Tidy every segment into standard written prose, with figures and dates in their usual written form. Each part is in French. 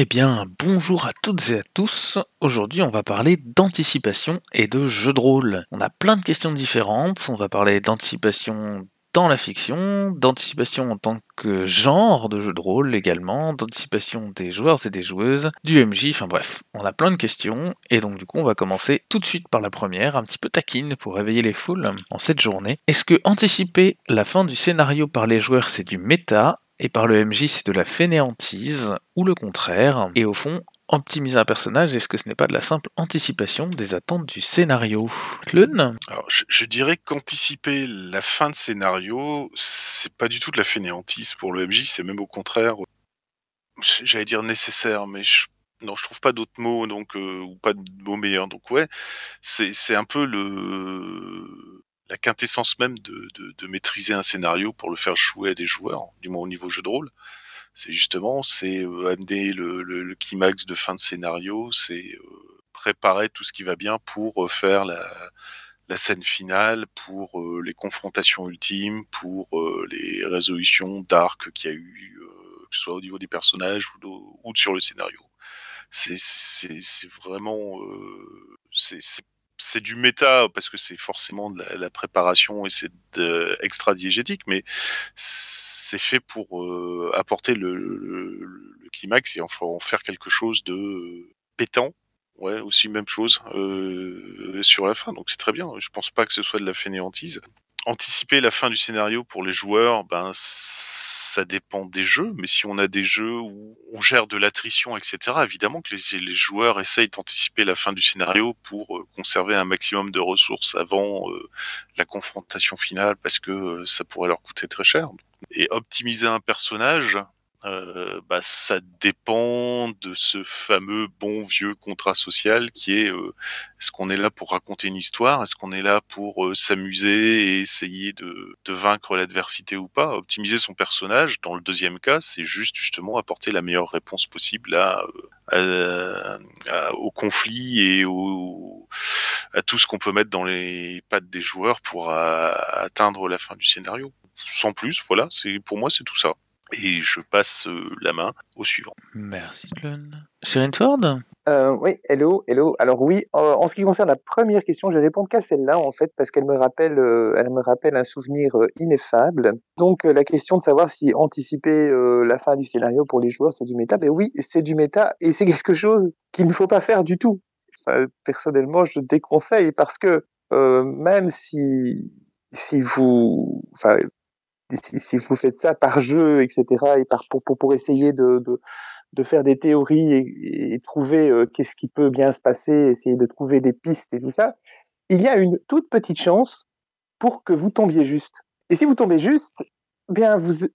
Eh bien, bonjour à toutes et à tous. Aujourd'hui, on va parler d'anticipation et de jeux de rôle. On a plein de questions différentes. On va parler d'anticipation dans la fiction, d'anticipation en tant que genre de jeu de rôle également, d'anticipation des joueurs et des joueuses, du MJ, enfin bref, on a plein de questions. Et donc du coup, on va commencer tout de suite par la première, un petit peu taquine pour réveiller les foules en cette journée. Est-ce que anticiper la fin du scénario par les joueurs, c'est du méta et par le MJ, c'est de la fainéantise, ou le contraire. Et au fond, optimiser un personnage, est-ce que ce n'est pas de la simple anticipation des attentes du scénario? Clun? Alors, je dirais qu'anticiper la fin de scénario, c'est pas du tout de la fainéantise pour le MJ, c'est même au contraire, j'allais dire nécessaire, mais non, je trouve pas d'autres mots, donc ou pas de mots meilleurs. Donc ouais, c'est un peu la quintessence même de maîtriser un scénario pour le faire jouer à des joueurs, du moins au niveau jeu de rôle. C'est amener le climax de fin de scénario, c'est préparer tout ce qui va bien pour faire la scène finale, pour les confrontations ultimes, pour les résolutions d'arc qu'il y a eu, que ce soit au niveau des personnages ou sur le scénario. C'est vraiment c'est du méta parce que c'est forcément de la préparation et c'est extra diégétique, mais c'est fait pour apporter le climax et en faire quelque chose de pétant. Ouais, aussi même chose sur la fin, donc c'est très bien. Je pense pas que ce soit de la fainéantise. Anticiper la fin du scénario pour les joueurs, ben ça dépend des jeux, mais si on a des jeux où on gère de l'attrition, etc., évidemment que les joueurs essayent d'anticiper la fin du scénario pour conserver un maximum de ressources avant la confrontation finale, parce que ça pourrait leur coûter très cher. Et optimiser un personnage, ça dépend de ce fameux bon vieux contrat social qui est est-ce qu'on est là pour raconter une histoire, est-ce qu'on est là pour s'amuser et essayer de vaincre l'adversité ou pas. Optimiser son personnage, dans le deuxième cas, c'est juste justement apporter la meilleure réponse possible au conflit et à tout ce qu'on peut mettre dans les pattes des joueurs pour atteindre la fin du scénario. Sans plus, voilà, pour moi c'est tout ça. Et je passe la main au suivant. Merci Clun. Sharon Ford? Oui, hello, hello. Alors oui, en ce qui concerne la première question, je vais répondre qu'à celle-là, en fait, parce elle me rappelle un souvenir ineffable. Donc, la question de savoir si anticiper la fin du scénario pour les joueurs, c'est du méta, ben oui, c'est du méta, et c'est quelque chose qu'il ne faut pas faire du tout. Enfin, personnellement, je déconseille, parce que même si vous, enfin, si vous faites ça par jeu, etc., et pour essayer de faire des théories et trouver qu'est-ce qui peut bien se passer, essayer de trouver des pistes et tout ça, il y a une toute petite chance pour que vous tombiez juste. Et si vous tombez juste, bien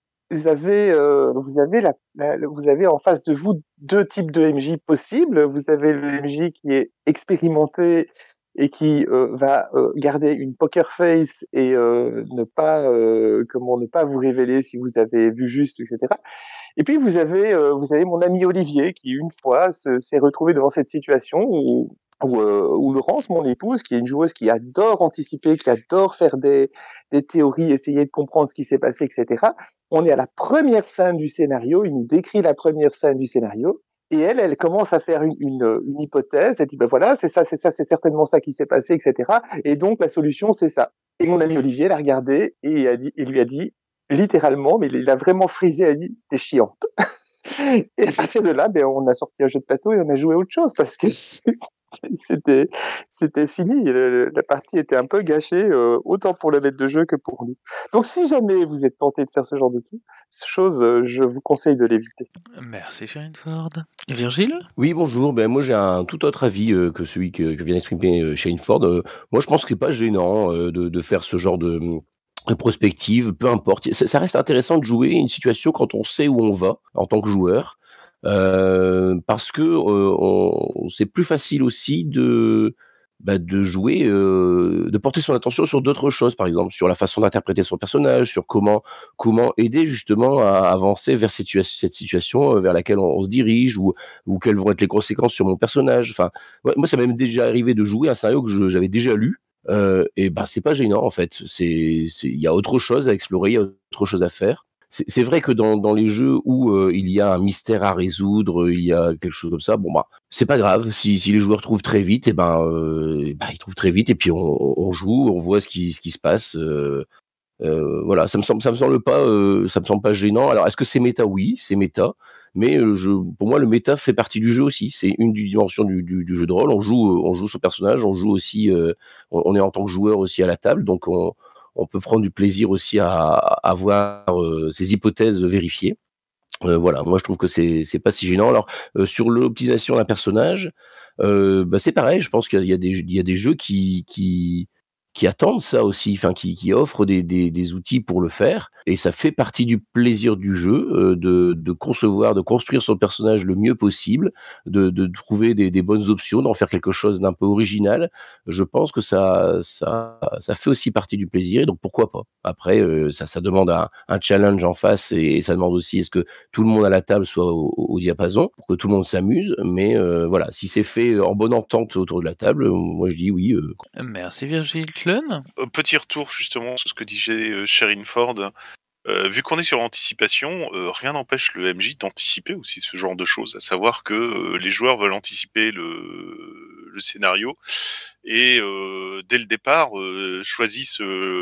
vous avez en face de vous deux types de MJ possibles. Vous avez le MJ qui est expérimenté et qui va garder une poker face et ne pas vous révéler si vous avez vu juste, etc. Et puis vous avez mon ami Olivier qui une fois s'est retrouvé devant cette situation où Laurence, mon épouse, qui est une joueuse qui adore anticiper, qui adore faire des théories, essayer de comprendre ce qui s'est passé, etc. On est à la première scène du scénario, il nous décrit la première scène du scénario, et elle commence à faire une hypothèse, elle dit, ben voilà, c'est ça, c'est certainement ça qui s'est passé, etc. Et donc la solution, c'est ça. Et mon ami Olivier l'a regardé et lui a dit, littéralement, mais il a vraiment frisé, il a dit, t'es chiante. Et à partir de là, ben, on a sorti un jeu de plateau et on a joué à autre chose parce que c'était fini. La partie était un peu gâchée, autant pour le maître de jeu que pour nous. Donc, si jamais vous êtes tenté de faire ce genre de chose, je vous conseille de l'éviter. Merci Sharon Ford. Virgile? Oui, bonjour. Ben, moi, j'ai un tout autre avis que celui que vient d'exprimer Shane Ford. Moi, je pense que c'est pas gênant de faire ce genre de prospective, peu importe. Ça reste intéressant de jouer une situation quand on sait où on va en tant que joueur, parce que c'est plus facile aussi de jouer, de porter son attention sur d'autres choses, par exemple, sur la façon d'interpréter son personnage, sur comment aider justement à avancer vers cette situation vers laquelle on se dirige ou quelles vont être les conséquences sur mon personnage. Enfin, moi, ça m'est même déjà arrivé de jouer un scénario que j'avais déjà lu. Et ben c'est pas gênant en fait. Il y a autre chose à explorer, il y a autre chose à faire. c'est vrai que dans les jeux où il y a un mystère à résoudre, il y a quelque chose comme ça, bon bah c'est pas grave. Si les joueurs trouvent très vite, et ils trouvent très vite et puis on joue, on voit ce qui se passe. Voilà, ça me semble pas gênant. Alors est-ce que c'est méta? Oui, c'est méta, mais pour moi le méta fait partie du jeu aussi. C'est une des dimensions du jeu de rôle. On joue son personnage, on joue aussi, on est en tant que joueur aussi à la table, donc on peut prendre du plaisir aussi à voir ces hypothèses vérifiées. Voilà, moi je trouve que c'est pas si gênant. Alors sur l'optimisation d'un personnage, c'est pareil. Je pense qu'il y a des jeux qui attendent ça aussi, enfin qui offrent des outils pour le faire, et ça fait partie du plaisir du jeu, de concevoir, de construire son personnage le mieux possible, de trouver des bonnes options, d'en faire quelque chose d'un peu original. Je pense que ça fait aussi partie du plaisir, et donc pourquoi pas. Après, ça demande un challenge en face, et ça demande aussi est-ce que tout le monde à la table soit au diapason pour que tout le monde s'amuse. Mais voilà, si c'est fait en bonne entente autour de la table, moi je dis oui. Merci Virgile Clun. Petit retour justement sur ce que disait Sherin Ford. Vu qu'on est sur l'anticipation, rien n'empêche le MJ d'anticiper aussi ce genre de choses, à savoir que les joueurs veulent anticiper le scénario et dès le départ choisissent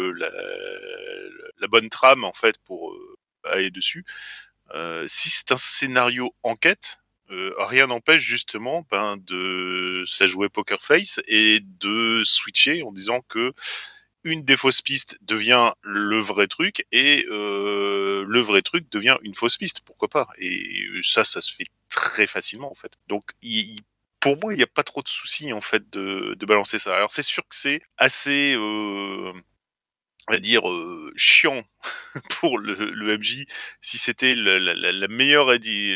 la bonne trame en fait pour aller dessus. Si c'est un scénario enquête, rien n'empêche justement de ça jouer Poker Face et de switcher en disant que une des fausses pistes devient le vrai truc et le vrai truc devient une fausse piste, pourquoi pas. Et ça se fait très facilement en fait. Donc pour moi, il n'y a pas trop de soucis en fait de balancer ça. Alors c'est sûr que c'est assez on va dire chiant pour le MJ si c'était la meilleure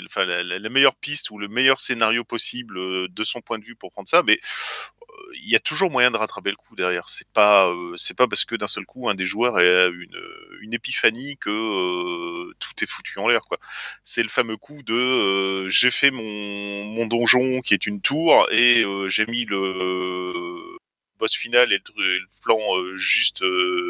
la meilleure piste ou le meilleur scénario possible de son point de vue pour prendre ça, mais il y a toujours moyen de rattraper le coup derrière. C'est pas parce que d'un seul coup un des joueurs a une épiphanie que tout est foutu en l'air quoi. C'est le fameux coup de j'ai fait mon donjon qui est une tour et j'ai mis le boss final et le plan juste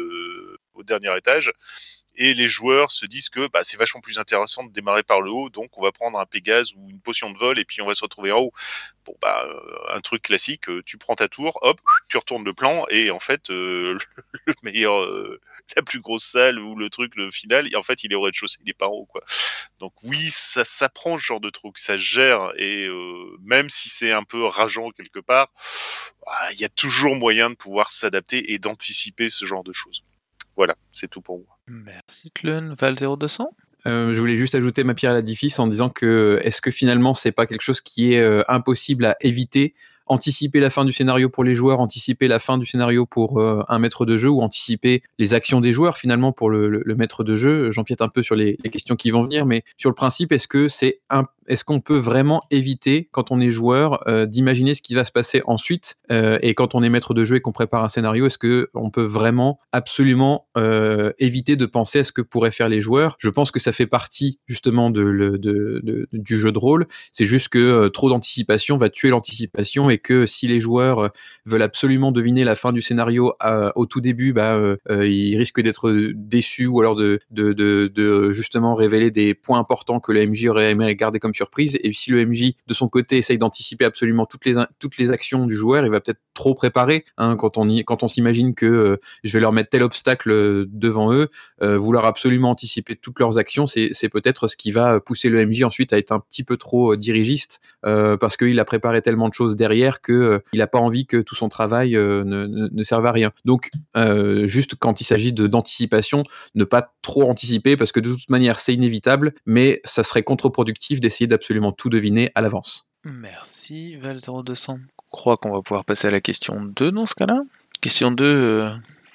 au dernier étage. Et les joueurs se disent que c'est vachement plus intéressant de démarrer par le haut, donc on va prendre un Pégase ou une potion de vol et puis on va se retrouver en haut. Bon un truc classique, tu prends ta tour, hop, tu retournes le plan et en fait le meilleur, la plus grosse salle ou le truc le final, en fait il est au rez-de-chaussée, il est pas en haut quoi. Donc oui, ça s'apprend ce genre de truc, ça se gère et même si c'est un peu rageant quelque part, il y a toujours moyen de pouvoir s'adapter et d'anticiper ce genre de choses. Voilà, c'est tout pour moi. Merci Clun. Val 0200. Je voulais juste ajouter ma pierre à l'édifice en disant que est-ce que finalement c'est pas quelque chose qui est impossible à éviter, anticiper la fin du scénario pour les joueurs, anticiper la fin du scénario pour un maître de jeu, ou anticiper les actions des joueurs finalement pour le maître de jeu. J'empiète un peu sur les questions qui vont venir, mais sur le principe, est-ce qu'on peut vraiment éviter, quand on est joueur, d'imaginer ce qui va se passer ensuite, et quand on est maître de jeu et qu'on prépare un scénario, est-ce qu'on peut vraiment absolument éviter de penser à ce que pourraient faire les joueurs? Je pense que ça fait partie justement du jeu de rôle. C'est juste que trop d'anticipation va tuer l'anticipation, et que si les joueurs veulent absolument deviner la fin du scénario au tout début, ils risquent d'être déçus, ou alors de justement révéler des points importants que le MJ aurait aimé garder comme surprise. Et si le MJ de son côté essaye d'anticiper absolument toutes les actions du joueur, il va peut-être trop préparer, quand on s'imagine que je vais leur mettre tel obstacle devant eux, vouloir absolument anticiper toutes leurs actions, c'est peut-être ce qui va pousser le MJ ensuite à être un petit peu trop dirigiste, parce qu'il a préparé tellement de choses derrière que il a pas envie que tout son travail ne serve à rien. Donc juste quand il s'agit d'anticipation, ne pas trop anticiper, parce que de toute manière c'est inévitable, mais ça serait contre-productif d'essayer d'absolument tout deviner à l'avance. Merci Val 0200. Je crois qu'on va pouvoir passer à la question 2 dans ce cas-là. Question 2,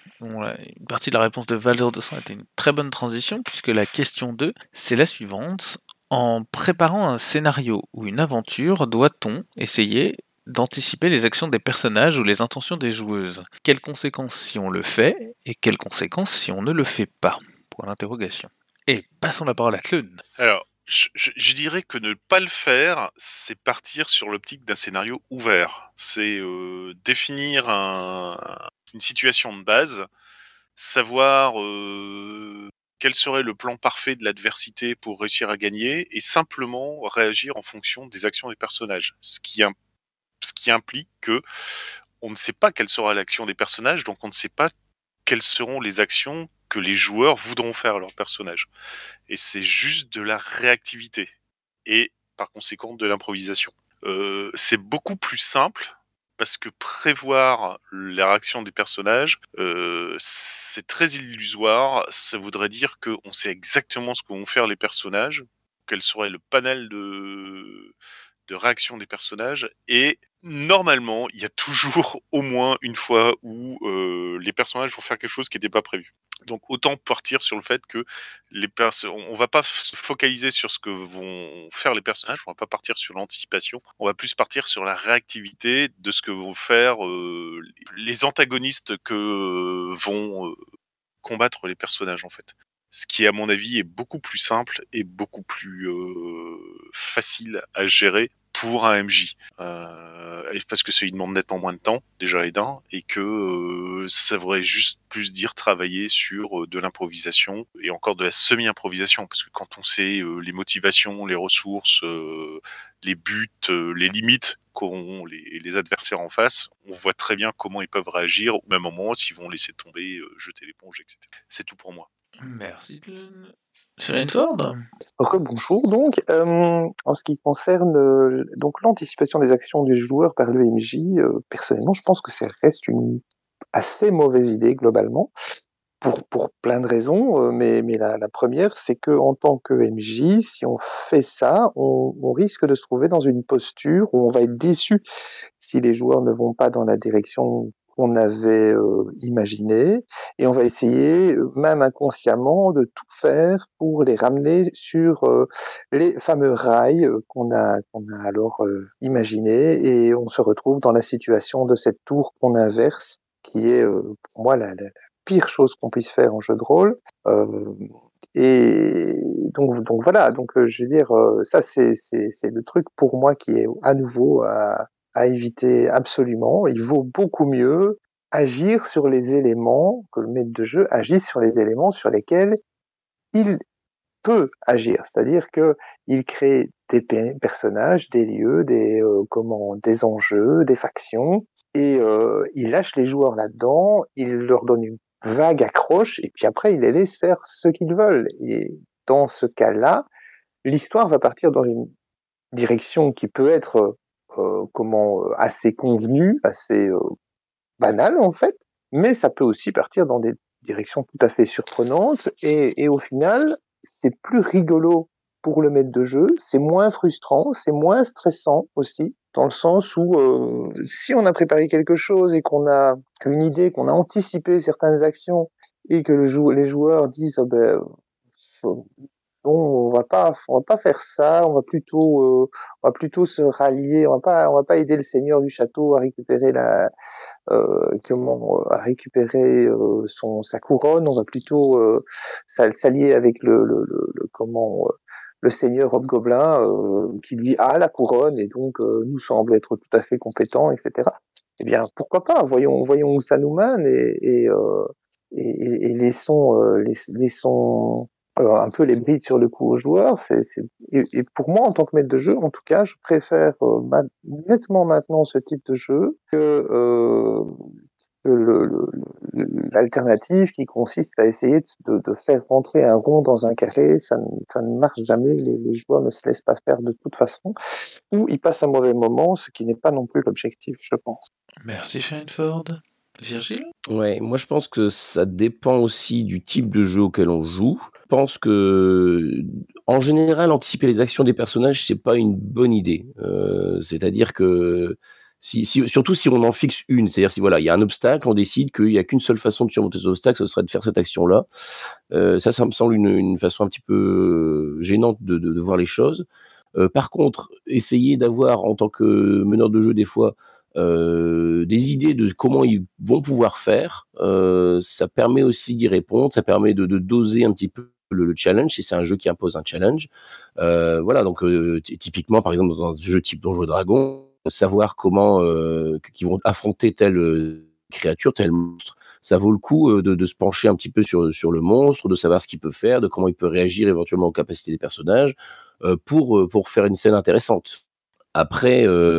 une partie de la réponse de Val 0200 était une très bonne transition, puisque la question 2, c'est la suivante. En préparant un scénario ou une aventure, doit-on essayer d'anticiper les actions des personnages ou les intentions des joueuses? Quelles conséquences si on le fait, et quelles conséquences si on ne le fait pas? Point d'interrogation. Et passons la parole à Clun. Alors, je dirais que ne pas le faire, c'est partir sur l'optique d'un scénario ouvert. C'est définir une situation de base, savoir quel serait le plan parfait de l'adversité pour réussir à gagner et simplement réagir en fonction des actions des personnages. Ce qui implique que on ne sait pas quelle sera l'action des personnages, donc on ne sait pas quelles seront les actions que les joueurs voudront faire à leurs personnages. Et c'est juste de la réactivité et par conséquent de l'improvisation. C'est beaucoup plus simple parce que prévoir la réaction des personnages, c'est très illusoire. Ça voudrait dire qu'on sait exactement ce que vont faire les personnages, quel serait le panel de réaction des personnages, et normalement, il y a toujours au moins une fois où les personnages vont faire quelque chose qui n'était pas prévu. Donc autant partir sur le fait que on va pas se focaliser sur ce que vont faire les personnages, on va pas partir sur l'anticipation, on va plus partir sur la réactivité de ce que vont faire les antagonistes que vont combattre les personnages en fait. Ce qui, à mon avis, est beaucoup plus simple et beaucoup plus facile à gérer pour un MJ. Parce que ça lui demande nettement moins de temps, déjà et d'un, et que ça voudrait juste plus dire travailler sur de l'improvisation et encore de la semi-improvisation. Parce que quand on sait les motivations, les ressources, les buts, les limites qu'auront les adversaires en face, on voit très bien comment ils peuvent réagir au même moment, s'ils vont laisser tomber, jeter l'éponge, etc. C'est tout pour moi. Merci. Ford. Rebonjour donc. En ce qui concerne donc l'anticipation des actions du joueur par le MJ, personnellement, je pense que ça reste une assez mauvaise idée globalement, pour plein de raisons. Mais la première, c'est que en tant que MJ, si on fait ça, on risque de se trouver dans une posture où on va être déçu si les joueurs ne vont pas dans la direction qu'on avait imaginé, et on va essayer, même inconsciemment, de tout faire pour les ramener sur les fameux rails qu'on a alors imaginés, et on se retrouve dans la situation de cette tour qu'on inverse, qui est pour moi la pire chose qu'on puisse faire en jeu de rôle. Et donc voilà, donc je veux dire, ça c'est le truc pour moi qui est à nouveau à éviter absolument. Il vaut beaucoup mieux agir sur les éléments, que le maître de jeu agisse sur les éléments sur lesquels il peut agir. C'est-à-dire que il crée des personnages, des lieux, des enjeux, des factions, et il lâche les joueurs là-dedans, il leur donne une vague accroche, et puis après il les laisse faire ce qu'ils veulent. Et dans ce cas-là, l'histoire va partir dans une direction qui peut être assez convenue, assez banale en fait, mais ça peut aussi partir dans des directions tout à fait surprenantes, et au final, c'est plus rigolo pour le maître de jeu, c'est moins frustrant, c'est moins stressant aussi, dans le sens où si on a préparé quelque chose et qu'on a une idée, qu'on a anticipé certaines actions, et que les joueurs disent bon, on va pas faire ça, on va plutôt se rallier, on va pas aider le seigneur du château à récupérer à récupérer sa couronne, on va plutôt s'allier avec le seigneur hobgoblin qui lui a la couronne et donc nous semble être tout à fait compétent, etc. Eh bien, pourquoi pas, voyons où ça nous mène, et laissons un peu les brides sur le coup aux joueurs. Et pour moi, en tant que maître de jeu, en tout cas, je préfère nettement maintenant ce type de jeu que l'alternative qui consiste à essayer de faire rentrer un rond dans un carré. Ça ne marche jamais, les joueurs ne se laissent pas faire de toute façon, ou ils passent un mauvais moment, ce qui n'est pas non plus l'objectif, je pense. Merci Ford. Virgile? Ouais, moi je pense que ça dépend aussi du type de jeu auquel on joue. Je pense que, en général, anticiper les actions des personnages, c'est pas une bonne idée. C'est-à-dire que surtout si on en fixe une, c'est-à-dire si voilà, il y a un obstacle, on décide qu'il y a qu'une seule façon de surmonter cet obstacle, ce serait de faire cette action-là. Ça me semble une façon un petit peu gênante de voir les choses. Par contre, essayer d'avoir en tant que meneur de jeu des fois des idées de comment ils vont pouvoir faire, ça permet aussi d'y répondre, ça permet de doser un petit peu le challenge si c'est un jeu qui impose un challenge. Voilà, donc typiquement par exemple dans un jeu type Donjons et Dragons, savoir comment qu'ils vont affronter telle créature, tel monstre, ça vaut le coup de se pencher un petit peu sur le monstre, de savoir ce qu'il peut faire, de comment il peut réagir éventuellement aux capacités des personnages, pour faire une scène intéressante. Après,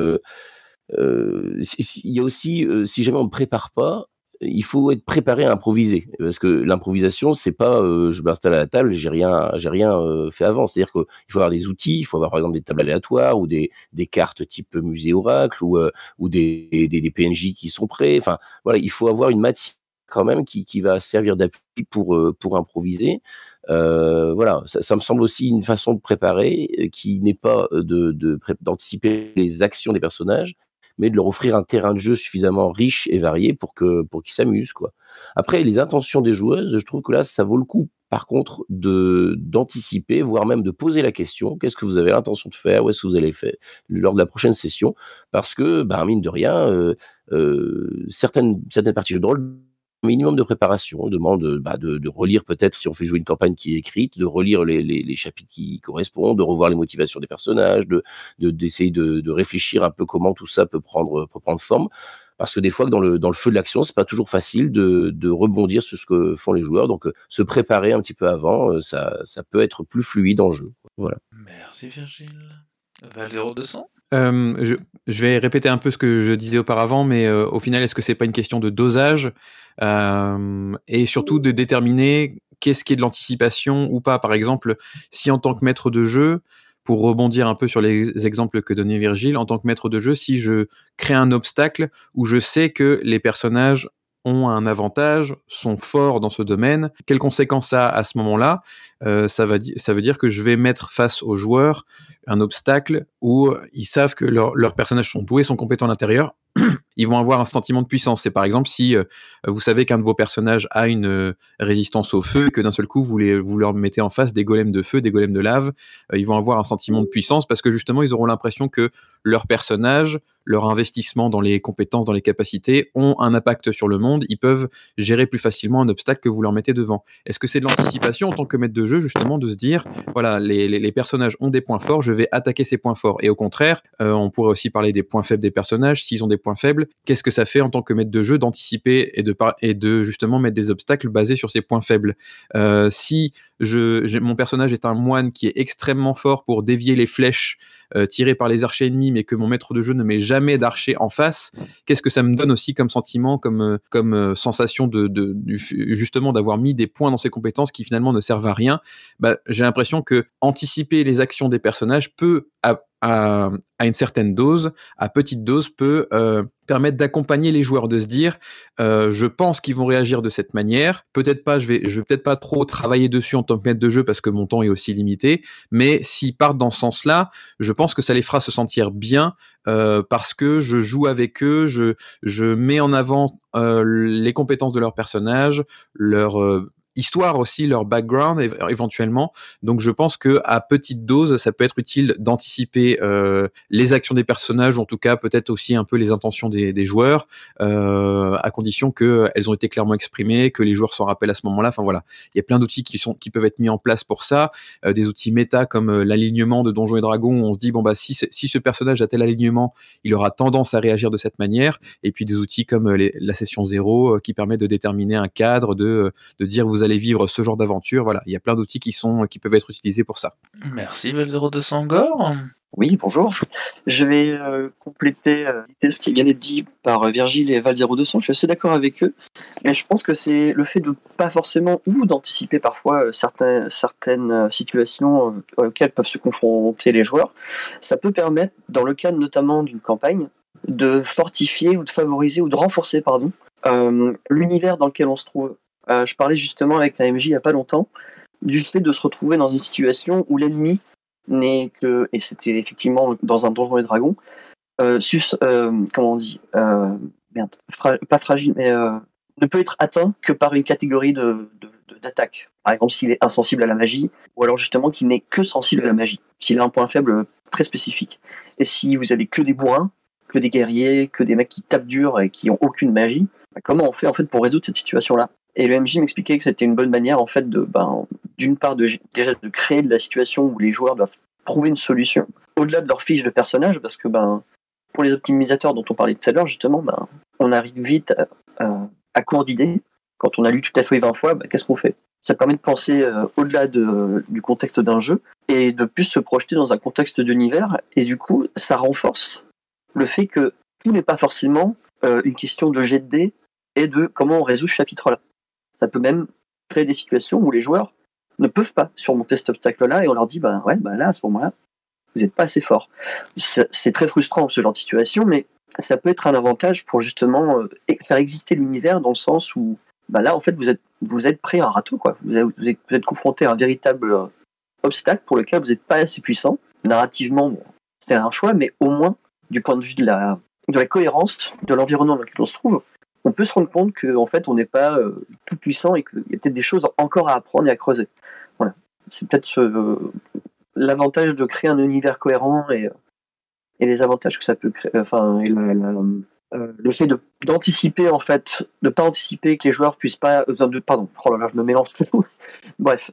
il y a aussi, si jamais on ne prépare pas, il faut être préparé à improviser. Parce que l'improvisation, c'est pas, je m'installe à la table, j'ai rien fait avant. C'est-à-dire qu'il faut avoir des outils, il faut avoir par exemple des tables aléatoires ou des cartes type musée oracle ou des PNJ qui sont prêts. Enfin, voilà, il faut avoir une matière quand même qui va servir d'appui pour improviser. Voilà, ça me semble aussi une façon de préparer qui n'est pas d'anticiper les actions des personnages, mais de leur offrir un terrain de jeu suffisamment riche et varié pour qu'ils s'amusent, quoi. Après, les intentions des joueuses, je trouve que là, ça vaut le coup, par contre, d'anticiper, voire même de poser la question: qu'est-ce que vous avez l'intention de faire? Où est-ce que vous allez faire lors de la prochaine session? Parce que, mine de rien, certaines parties de jeu de rôle, un minimum de préparation. On demande de relire, peut-être, si on fait jouer une campagne qui est écrite, de relire les chapitres qui correspondent, de revoir les motivations des personnages, d'essayer de réfléchir un peu comment tout ça peut prendre forme. Parce que des fois, dans le feu de l'action, c'est pas toujours facile de rebondir sur ce que font les joueurs. Donc, se préparer un petit peu avant, ça peut être plus fluide en jeu. Voilà. Merci Virgile. Val 0200. Je vais répéter un peu ce que je disais auparavant, mais au final, est-ce que c'est pas une question de dosage et surtout de déterminer qu'est-ce qui est de l'anticipation ou pas. Par exemple, si en tant que maître de jeu, pour rebondir un peu sur les exemples que donnait Virgile, en tant que maître de jeu, si je crée un obstacle où je sais que les personnages ont un avantage, sont forts dans ce domaine, quelles conséquences ça a à ce moment-là? Ça veut dire que je vais mettre face aux joueurs un obstacle où ils savent que leurs personnages sont doués, sont compétents à l'intérieur. Ils vont avoir un sentiment de puissance. C'est par exemple si vous savez qu'un de vos personnages a une résistance au feu et que d'un seul coup vous leur mettez en face des golems de feu, des golems de lave, ils vont avoir un sentiment de puissance parce que justement ils auront l'impression que leur personnage, leur investissement dans les compétences, dans les capacités ont un impact sur le monde. Ils peuvent gérer plus facilement un obstacle que vous leur mettez devant. Est-ce que c'est de l'anticipation en tant que maître de jeu, justement, de se dire voilà, les personnages ont des points forts, je vais attaquer ces points forts. Et au contraire, on pourrait aussi parler des points faibles des personnages. S'ils ont des points faibles, qu'est-ce que ça fait en tant que maître de jeu d'anticiper et de justement mettre des obstacles basés sur ces points faibles. Si mon personnage est un moine qui est extrêmement fort pour dévier les flèches tirées par les archers ennemis, mais que mon maître de jeu ne met jamais d'archer en face, qu'est-ce que ça me donne aussi comme sentiment, comme sensation justement d'avoir mis des points dans ses compétences qui finalement ne servent à rien. J'ai l'impression que anticiper les actions des personnages peut, à une certaine dose, à petite dose, peut permettre d'accompagner les joueurs, de se dire je pense qu'ils vont réagir de cette manière, peut-être pas, je vais peut-être pas trop travailler dessus en tant que maître de jeu parce que mon temps est aussi limité, mais s'ils partent dans ce sens-là, je pense que ça les fera se sentir bien parce que je joue avec eux, je mets en avant les compétences de leur personnage, leur histoire aussi, leur background éventuellement. Donc je pense que à petite dose, ça peut être utile d'anticiper les actions des personnages, ou en tout cas peut-être aussi un peu les intentions des joueurs, à condition qu'elles ont été clairement exprimées, que les joueurs s'en rappellent à ce moment-là. Enfin voilà, il y a plein d'outils qui peuvent être mis en place pour ça, des outils méta comme l'alignement de Donjons et Dragons, où on se dit bon si ce personnage a tel alignement, il aura tendance à réagir de cette manière, et puis des outils comme la session 0 qui permet de déterminer un cadre, de dire vous allez vivre ce genre d'aventure. Voilà, il y a plein d'outils qui peuvent être utilisés pour ça. Merci Val 0200 Gore. Oui, bonjour. Je vais compléter ce qui vient d'être dit par Virgile et Val 0200. Je suis assez d'accord avec eux. Mais je pense que c'est le fait de pas forcément ou d'anticiper parfois certaines situations auxquelles peuvent se confronter les joueurs. Ça peut permettre, dans le cadre notamment d'une campagne, de fortifier ou de favoriser ou de renforcer l'univers dans lequel on se trouve. Je parlais justement avec la MJ il n'y a pas longtemps du fait de se retrouver dans une situation où l'ennemi n'est que, et c'était effectivement dans un Donjon et Dragon, comment on dit, pas fragile, mais ne peut être atteint que par une catégorie d'attaque. Par exemple, s'il est insensible à la magie, ou alors justement qu'il n'est que sensible à la magie, s'il a un point faible très spécifique. Et si vous avez que des bourrins, que des guerriers, que des mecs qui tapent dur et qui ont aucune magie, comment on fait en fait pour résoudre cette situation-là? Et le MJ m'expliquait que c'était une bonne manière en fait d'une part déjà de créer de la situation où les joueurs doivent trouver une solution au-delà de leur fiche de personnage, parce que pour les optimisateurs dont on parlait tout à l'heure justement, on arrive vite à court d'idées, Quand on a lu toute la feuille 20 fois, qu'est-ce qu'on fait? Ça permet de penser au-delà du contexte d'un jeu et de plus se projeter dans un contexte d'univers. Et du coup, ça renforce le fait que tout n'est pas forcément une question de jet de dés et de comment on résout ce chapitre-là. Ça peut même créer des situations où les joueurs ne peuvent pas surmonter cet obstacle-là et on leur dit là, à ce moment-là, vous n'êtes pas assez fort. C'est très frustrant ce genre de situation, mais ça peut être un avantage pour justement faire exister l'univers dans le sens où là, en fait, vous êtes prêt à un râteau, quoi. Vous êtes confronté à un véritable obstacle pour lequel vous n'êtes pas assez puissant. Narrativement, c'est un choix, mais au moins, du point de vue de la cohérence de l'environnement dans lequel on se trouve, on peut se rendre compte qu'en fait, on n'est pas tout puissant et qu'il y a peut-être des choses encore à apprendre et à creuser. Voilà. C'est peut-être l'avantage de créer un univers cohérent et les avantages que ça peut créer. Le fait d'anticiper, en fait, de pas anticiper que les joueurs puissent pas. Pardon, je me mélange tout. Bref,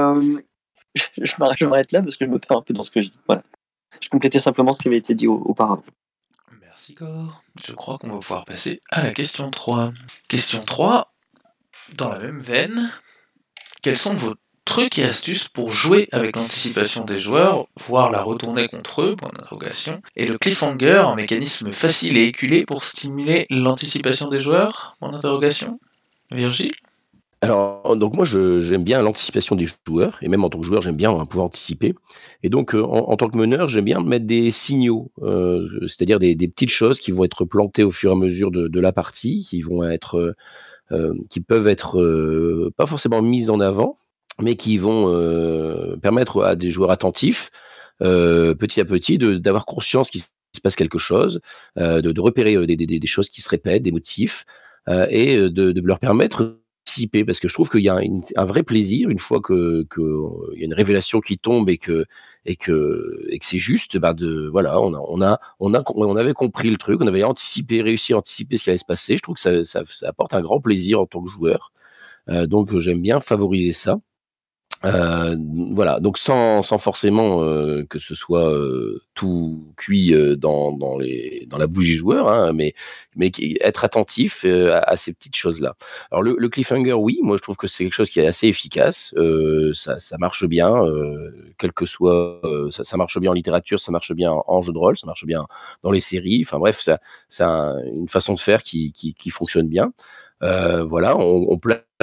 je m'arrête là parce que je me perds un peu dans ce que je dis. Voilà. Je complétais simplement ce qui avait été dit auparavant. Merci Cor. Je crois qu'on va pouvoir passer à la question 3. Question 3, dans la même veine, quels sont vos trucs et astuces pour jouer avec l'anticipation des joueurs, voire la retourner contre eux, point d'interrogation, et le cliffhanger, un mécanisme facile et éculé pour stimuler l'anticipation des joueurs, point d'interrogation. Virgile? Alors, donc moi, j'aime bien l'anticipation des joueurs, et même en tant que joueur, j'aime bien pouvoir anticiper. Et donc, en tant que meneur, j'aime bien mettre des signaux, c'est-à-dire des petites choses qui vont être plantées au fur et à mesure de la partie, qui peuvent être pas forcément mises en avant, mais qui vont permettre à des joueurs attentifs, petit à petit, d'avoir conscience qu'il se passe quelque chose, de repérer des choses qui se répètent, des motifs, et de leur permettre d'anticiper, parce que je trouve qu'il y a un vrai plaisir une fois que il y a une révélation qui tombe et que c'est juste. Voilà, on avait compris le truc, on avait réussi à anticiper ce qui allait se passer. Je trouve que ça apporte un grand plaisir en tant que joueur. Donc j'aime bien favoriser ça. Voilà, donc sans forcément que ce soit tout cuit dans la bouche du joueur, hein, mais être attentif à ces petites choses-là. Alors le cliffhanger, oui, moi je trouve que c'est quelque chose qui est assez efficace. Ça marche bien, quel que soit, ça marche bien en littérature, ça marche bien en jeu de rôle, ça marche bien dans les séries. Enfin bref, c'est une façon de faire qui fonctionne bien. Voilà, on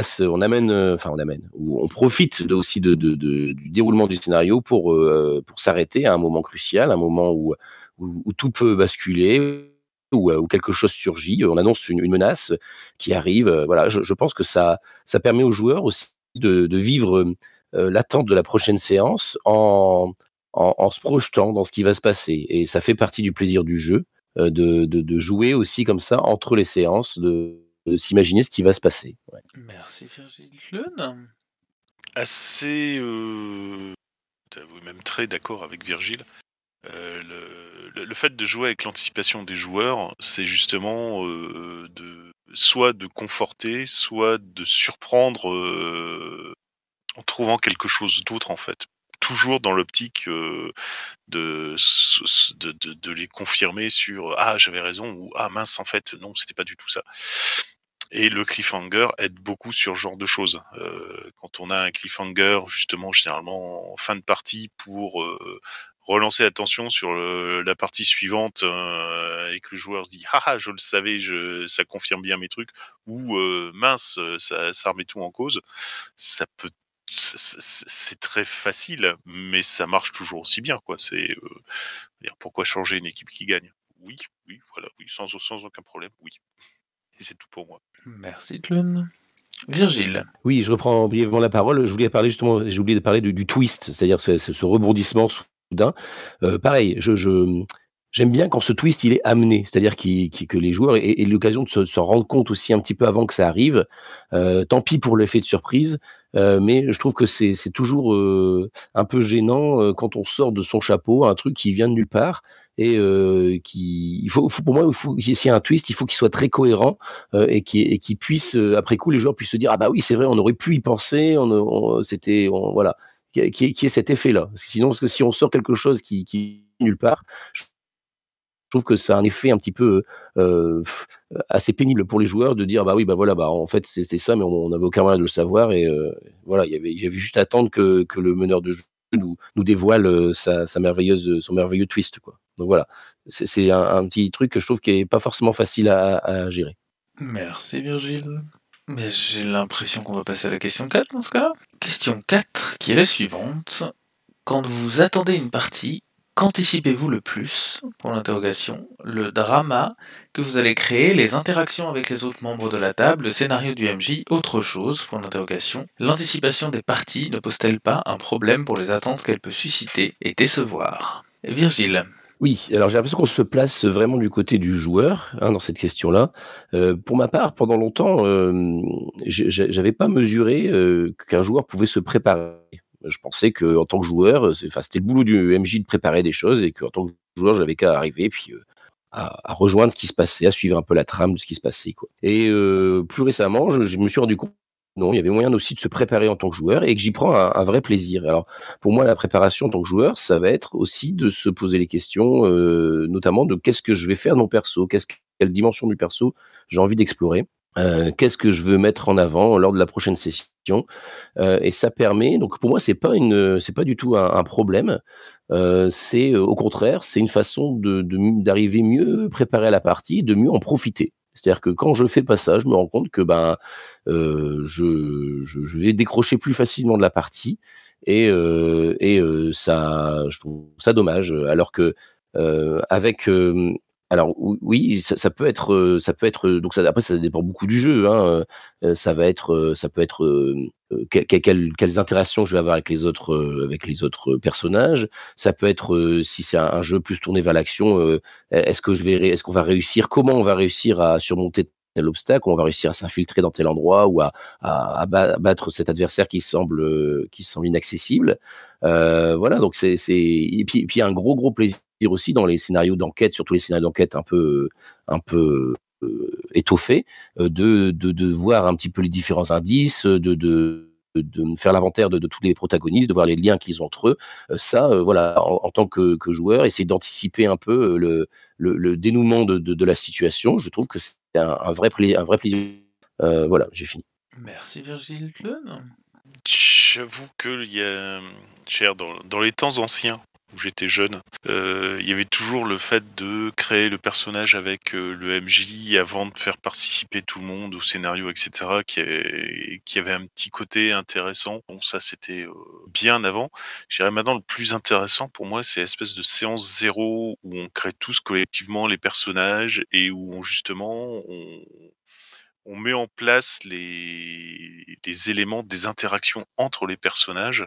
profite aussi du déroulement du scénario pour s'arrêter à un moment crucial, un moment où tout peut basculer, où quelque chose surgit, on annonce une menace qui arrive. Voilà, je pense que ça permet aux joueurs aussi de vivre l'attente de la prochaine séance en se projetant dans ce qui va se passer. Et ça fait partie du plaisir du jeu, de jouer aussi comme ça entre les séances, de s'imaginer ce qui va se passer. Ouais. Merci Virgile Kleun. Assez, même très d'accord avec Virgile. Le fait de jouer avec l'anticipation des joueurs, c'est justement soit de conforter, soit de surprendre en trouvant quelque chose d'autre en fait. Toujours dans l'optique de les confirmer sur j'avais raison ou mince en fait non c'était pas du tout ça. Et le cliffhanger aide beaucoup sur ce genre de choses. Quand on a un cliffhanger, justement, généralement en fin de partie, pour relancer l'attention sur la partie suivante, et que le joueur se dit « Ah, je le savais, ça confirme bien mes trucs », ou « Mince, ça remet tout en cause », c'est très facile, mais ça marche toujours aussi bien, quoi. C'est pourquoi changer une équipe qui gagne ? Oui, voilà, oui, sans aucun problème, oui. Et c'est tout pour moi. Merci Kleun. Virgile. Oui, je reprends brièvement la parole. J'ai oublié de parler du twist, c'est-à-dire ce rebondissement soudain. Pareil, j'aime bien quand ce twist il est amené, c'est-à-dire que les joueurs aient l'occasion de se rendre compte aussi un petit peu avant que ça arrive. Tant pis pour l'effet de surprise, mais je trouve que c'est toujours un peu gênant quand on sort de son chapeau un truc qui vient de nulle part et pour moi, s'il y a un twist, il faut qu'il soit très cohérent et qui puisse après coup les joueurs puissent se dire bah oui c'est vrai on aurait pu y penser, voilà, qui est cet effet là. Parce que sinon si on sort quelque chose qui nulle part, trouve que ça a un effet un petit peu assez pénible pour les joueurs de dire bah oui bah voilà bah en fait c'est ça mais on n'avait aucun moyen de le savoir et voilà il y avait juste à attendre que le meneur de jeu nous dévoile son merveilleux twist quoi. Donc voilà c'est un petit truc que je trouve qui est pas forcément facile à gérer. Merci Virgile. Mais j'ai l'impression qu'on va passer à la question 4 dans ce cas-là. Question 4, qui est la suivante. Quand vous attendez une partie, qu'anticipez-vous le plus, pour l'interrogation, le drama que vous allez créer, les interactions avec les autres membres de la table, le scénario du MJ, autre chose, pour l'interrogation. L'anticipation des parties ne pose-t-elle pas un problème pour les attentes qu'elle peut susciter et décevoir? Virgile. Oui, alors j'ai l'impression qu'on se place vraiment du côté du joueur dans cette question-là. Pour ma part, pendant longtemps, j'avais pas mesuré qu'un joueur pouvait se préparer. Je pensais que en tant que joueur, c'était le boulot du MJ de préparer des choses et qu'en tant que joueur, j'avais qu'à arriver puis à rejoindre ce qui se passait, à suivre un peu la trame de ce qui se passait, quoi. Et plus récemment, je me suis rendu compte non, il y avait moyen aussi de se préparer en tant que joueur et que j'y prends un vrai plaisir. Alors, pour moi, la préparation en tant que joueur, ça va être aussi de se poser les questions, notamment de qu'est-ce que je vais faire de mon perso, quelle dimension du perso j'ai envie d'explorer, qu'est-ce que je veux mettre en avant lors de la prochaine session, et ça permet. Donc, pour moi, c'est pas du tout un problème. C'est au contraire, c'est une façon d'arriver mieux préparé à la partie, de mieux en profiter. C'est-à-dire que quand je fais pas ça, je me rends compte que je vais décrocher plus facilement de la partie et ça, je trouve ça dommage. Alors que avec alors oui, ça peut être donc ça après ça dépend beaucoup du jeu. Hein, ça peut être quelles interactions je vais avoir avec les autres personnages. Ça peut être si c'est un jeu plus tourné vers l'action, est-ce qu'on va réussir, comment on va réussir à surmonter tel obstacle, on va réussir à s'infiltrer dans tel endroit ou à battre cet adversaire qui semble inaccessible. Voilà, donc et puis un gros plaisir aussi dans les scénarios d'enquête, surtout les scénarios d'enquête un peu étoffés, de voir un petit peu les différents indices, de faire l'inventaire de tous les protagonistes, de voir les liens qu'ils ont entre eux. Voilà, en tant que joueur, essayer d'anticiper un peu le dénouement de la situation. Je trouve que c'est un vrai plaisir. Voilà, j'ai fini. Merci Virgile Kleun. J'avoue que dans les temps anciens où j'étais jeune, il y avait toujours le fait de créer le personnage avec le MJ avant de faire participer tout le monde au scénario, etc., qui avait un petit côté intéressant. Bon, ça c'était bien avant. Je dirais maintenant le plus intéressant pour moi, c'est l'espèce de séance zéro où on crée tous collectivement les personnages et où justement on met en place les éléments des interactions entre les personnages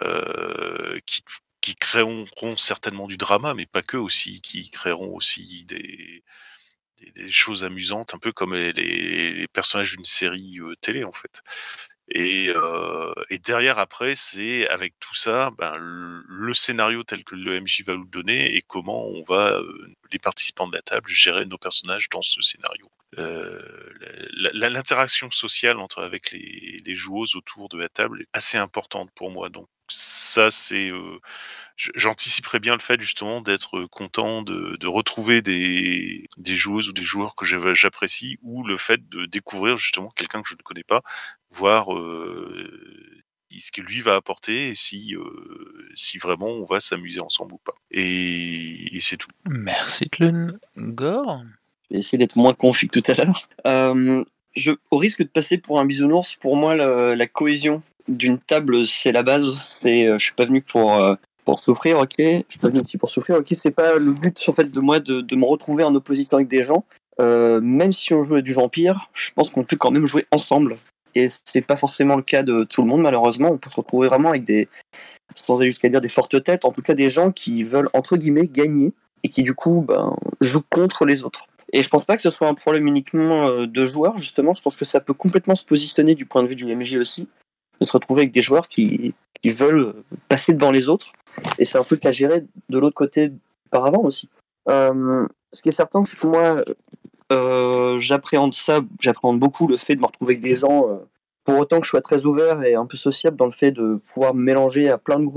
qui créeront certainement du drama, mais pas que aussi, qui créeront aussi des choses amusantes, un peu comme les personnages d'une série télé en fait. Et derrière après, c'est avec tout ça, le scénario tel que le MJ va nous donner et comment on va, les participants de la table, gérer nos personnages dans ce scénario. L'interaction sociale avec les joueuses autour de la table est assez importante pour moi. Donc ça, c'est j'anticiperais bien le fait justement d'être content de retrouver des joueuses ou des joueurs que j'apprécie, ou le fait de découvrir justement quelqu'un que je ne connais pas, voir ce que lui va apporter et si vraiment on va s'amuser ensemble ou pas. Et c'est tout. Merci Kleun. Gore. Je vais essayer d'être moins confus que tout à l'heure. Au risque de passer pour un bisounours, pour moi, la cohésion d'une table, c'est la base. Je suis pas venu pour souffrir, ok. Je suis pas venu ici pour souffrir, ok. C'est pas le but, en fait, de moi de me retrouver en opposition avec des gens. Même si on joue à du vampire, je pense qu'on peut quand même jouer ensemble. Et c'est pas forcément le cas de tout le monde, malheureusement. On peut se retrouver vraiment avec sans aller jusqu'à dire des fortes têtes, en tout cas des gens qui veulent, entre guillemets, gagner et qui, du coup, jouent contre les autres. Et je pense pas que ce soit un problème uniquement de joueurs, justement. Je pense que ça peut complètement se positionner du point de vue du MJ aussi, de se retrouver avec des joueurs qui veulent passer devant les autres. Et c'est un truc à gérer de l'autre côté par avant aussi. Ce qui est certain, c'est que moi, j'appréhende beaucoup le fait de me retrouver avec des gens, pour autant que je sois très ouvert et un peu sociable dans le fait de pouvoir me mélanger à plein de groupes.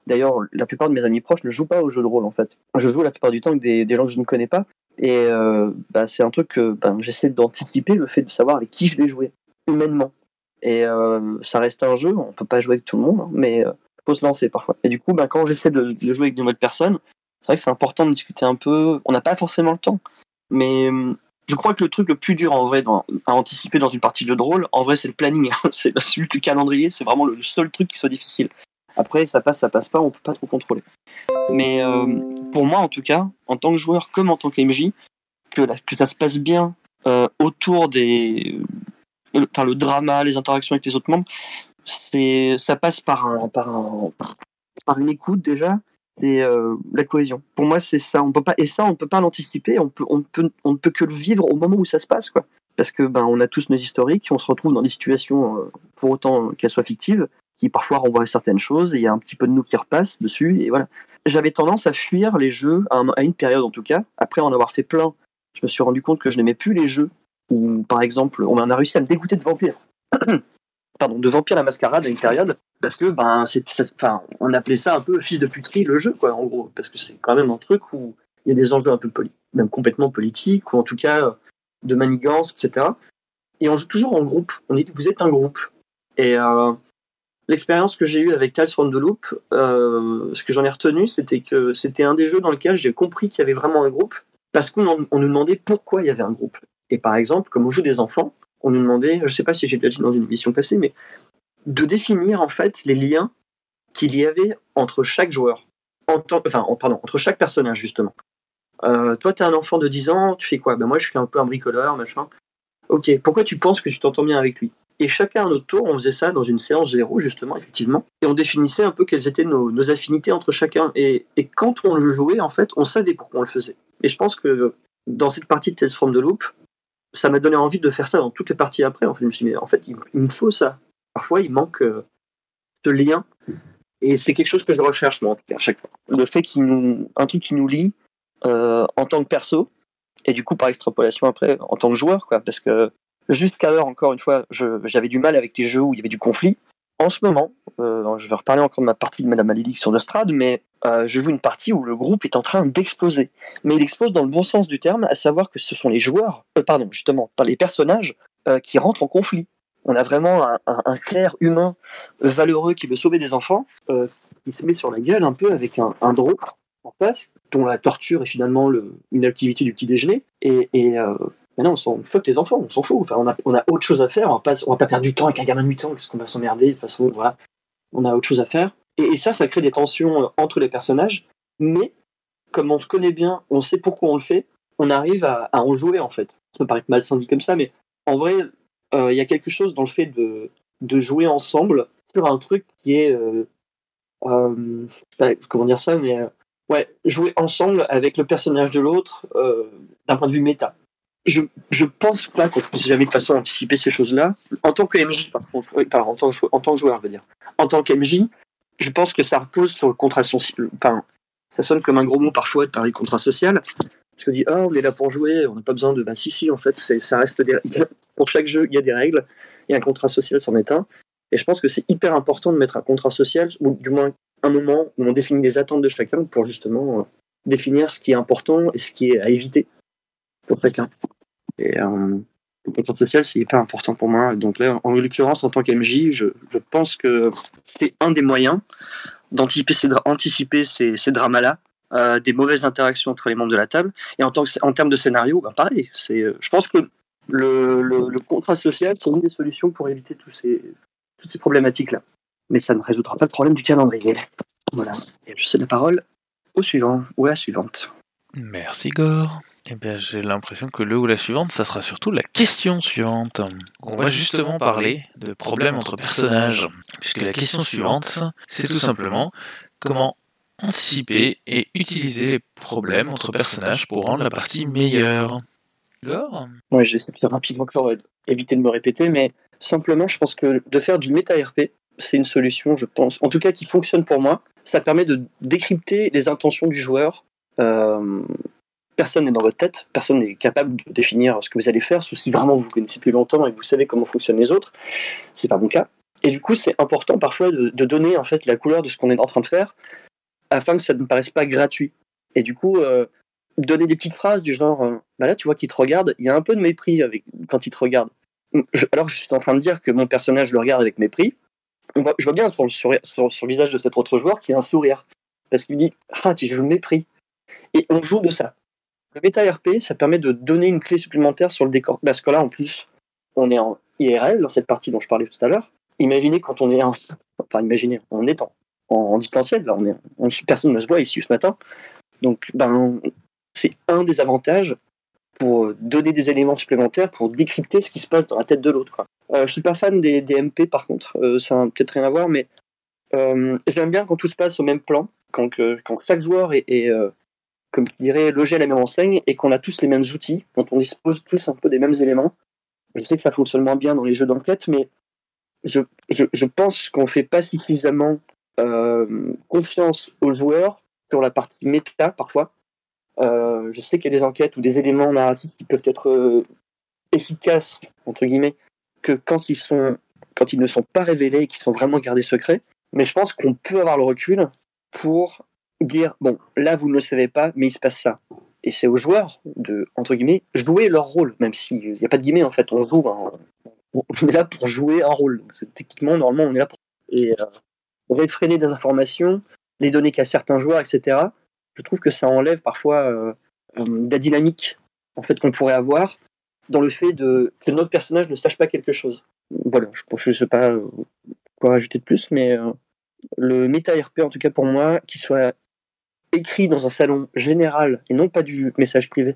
D'ailleurs, la plupart de mes amis proches ne jouent pas aux jeux de rôle, en fait. Je joue la plupart du temps avec des gens que je ne connais pas. Et c'est un truc que j'essaie d'anticiper, le fait de savoir avec qui je vais jouer, humainement. Et ça reste un jeu, on peut pas jouer avec tout le monde, hein, mais il faut se lancer parfois. Et du coup, quand j'essaie de jouer avec de nouvelles personnes, c'est vrai que c'est important de discuter un peu. On n'a pas forcément le temps, mais je crois que le truc le plus dur en vrai à anticiper dans une partie de jeu de rôle, en vrai, c'est le planning. C'est celui du calendrier, c'est vraiment le seul truc qui soit difficile. Après, ça passe pas, on peut pas trop contrôler. Mais pour moi, en tout cas, en tant que joueur comme en tant qu'MJ, que ça se passe bien autour le drama, les interactions avec les autres membres, ça passe par une écoute déjà et la cohésion. Pour moi, c'est ça. On peut pas l'anticiper. On ne peut que le vivre au moment où ça se passe, quoi. Parce que on a tous nos historiques, on se retrouve dans des situations, pour autant qu'elles soient fictives, qui parfois renvoient à certaines choses, et il y a un petit peu de nous qui repasse dessus, et voilà. J'avais tendance à fuir les jeux, à une période en tout cas. Après en avoir fait plein, je me suis rendu compte que je n'aimais plus les jeux où, par exemple, on a réussi à me dégoûter de Vampire. De Vampire la Mascarade à une période, parce que on appelait ça un peu fils de puterie le jeu, quoi, en gros, parce que c'est quand même un truc où il y a des enjeux un peu même complètement politiques, ou en tout cas de manigance, etc. Et on joue toujours en groupe. Vous êtes un groupe. Et l'expérience que j'ai eue avec Tales from the Loop, ce que j'en ai retenu, c'était que c'était un des jeux dans lequel j'ai compris qu'il y avait vraiment un groupe, parce qu'on nous demandait pourquoi il y avait un groupe. Et par exemple, comme on joue des enfants, on nous demandait, je ne sais pas si j'ai déjà dit dans une émission passée, mais de définir en fait les liens qu'il y avait entre chaque joueur, entre chaque personnage justement. Toi, tu es un enfant de 10 ans, tu fais quoi? Moi, je suis un peu un bricoleur, machin. Ok, pourquoi tu penses que tu t'entends bien avec lui? Et chacun à notre tour, on faisait ça dans une séance 0, justement, effectivement, et on définissait un peu quelles étaient nos affinités entre chacun. Et quand on le jouait, en fait, on savait pourquoi on le faisait. Et je pense que dans cette partie de Tales from the Loop, ça m'a donné envie de faire ça dans toutes les parties après. En fait, je me suis dit, mais en fait, il me faut ça. Parfois, il manque ce lien. Et c'est quelque chose que je recherche, moi, en tout cas, à chaque fois. Le fait un truc qui nous lie en tant que perso, et du coup, par extrapolation après, en tant que joueur, quoi. Parce que jusqu'alors, encore une fois, j'avais du mal avec les jeux où il y avait du conflit. En ce moment, je vais reparler encore de ma partie de Madame Malédiction de Strad, mais je joue une partie où le groupe est en train d'exploser. Mais il explose dans le bon sens du terme, à savoir que ce sont les joueurs, les personnages qui rentrent en conflit. On a vraiment un clerc humain valeureux qui veut sauver des enfants, qui se met sur la gueule un peu avec un drôle en face, dont la torture est finalement une activité du petit déjeuner. Maintenant, fuck les enfants, on s'en fout. Enfin, on a autre chose à faire. On va pas perdre du temps avec un gamin de 8 ans, parce qu'on va s'emmerder. De toute façon, voilà. On a autre chose à faire. Et ça crée des tensions entre les personnages. Mais, comme on se connaît bien, on sait pourquoi on le fait, on arrive à en jouer, en fait. Ça peut paraître malsain dit comme ça, mais en vrai, il y a quelque chose dans le fait de jouer ensemble sur un truc qui est... comment dire ça, mais... jouer ensemble avec le personnage de l'autre d'un point de vue méta. Je pense pas qu'on puisse jamais de façon anticiper ces choses-là. En tant que MJ, par contre, en tant que joueur, je veux dire. En tant qu'MJ, je pense que ça repose sur le contrat social. Enfin, ça sonne comme un gros mot parfois de parler de contrat social. Parce qu'on dit, on est là pour jouer, on n'a pas besoin de... si, en fait, ça reste pour chaque jeu, il y a des règles, et un contrat social c'en est un. Et je pense que c'est hyper important de mettre un contrat social, ou du moins un moment où on définit les attentes de chacun pour justement définir ce qui est important et ce qui est à éviter pour chacun. Et le contrat social, c'est hyper important pour moi. Donc là, en l'occurrence, en tant qu'MJ, je pense que c'est un des moyens d'anticiper ces dramas-là, des mauvaises interactions entre les membres de la table. Et en termes de scénario, pareil. Je pense que le contrat social, c'est une des solutions pour éviter toutes ces problématiques-là. Mais ça ne résoudra pas le problème du calendrier. Voilà. Et je cède la parole au suivant, ou à la suivante. Merci Gore. Eh bien, j'ai l'impression que le ou la suivante, ça sera surtout la question suivante. On va justement parler de problèmes entre personnages, puisque la question suivante, c'est tout simplement comment anticiper et utiliser les problèmes entre personnages pour rendre la partie meilleure. Gore ? Ouais, je vais essayer de faire rapidement pour éviter de me répéter, mais simplement, je pense que de faire du méta-RP, c'est une solution, je pense, en tout cas qui fonctionne pour moi. Ça permet de décrypter les intentions du joueur. Personne n'est dans votre tête, personne n'est capable de définir ce que vous allez faire, sauf si vraiment vous connaissez plus longtemps et que vous savez comment fonctionnent les autres. C'est pas mon cas. Et du coup, c'est important parfois de donner en fait la couleur de ce qu'on est en train de faire afin que ça ne paraisse pas gratuit. Et du coup, donner des petites phrases du genre bah là, tu vois qu'il te regarde, il y a un peu de mépris quand il te regarde. Alors je suis en train de dire que mon personnage le regarde avec mépris. Je vois bien sur le visage de cet autre joueur qu'il y a un sourire. Parce qu'il dit ah, tu joues le mépris. Et on joue de ça. Le méta-RP, ça permet de donner une clé supplémentaire sur le décor. Parce que là, en plus, on est en IRL, dans cette partie dont je parlais tout à l'heure. Imaginez quand on est on est en distanciel, là, personne ne se voit ici ce matin. Donc, c'est un des avantages pour donner des éléments supplémentaires, pour décrypter ce qui se passe dans la tête de l'autre, quoi. Je suis pas fan des MP, par contre, ça n'a peut-être rien à voir, mais j'aime bien quand tout se passe au même plan, quand chaque joueur est comme je dirais, logé à la même enseigne et qu'on a tous les mêmes outils, dont on dispose tous un peu des mêmes éléments. Je sais que ça fonctionne moins bien dans les jeux d'enquête, mais je pense qu'on fait pas suffisamment confiance aux joueurs sur la partie méta parfois. Je sais qu'il y a des enquêtes ou des éléments narratifs qui peuvent être efficaces, entre guillemets, que quand ils ne sont pas révélés et qu'ils sont vraiment gardés secrets. Mais je pense qu'on peut avoir le recul pour dire, bon, là, vous ne le savez pas, mais il se passe ça. Et c'est aux joueurs de, entre guillemets, jouer leur rôle, même s'il n'y a pas de guillemets, en fait, on joue, on est là pour jouer un rôle. Donc, techniquement, normalement, on est là pour... Et réfréner des informations, les donner qu'à certains joueurs, etc. Je trouve que ça enlève parfois la dynamique, en fait, qu'on pourrait avoir dans le fait que notre personnage ne sache pas quelque chose. Voilà, je ne sais pas quoi rajouter de plus, mais le méta-RP, en tout cas pour moi, qui soit écrit dans un salon général et non pas du message privé,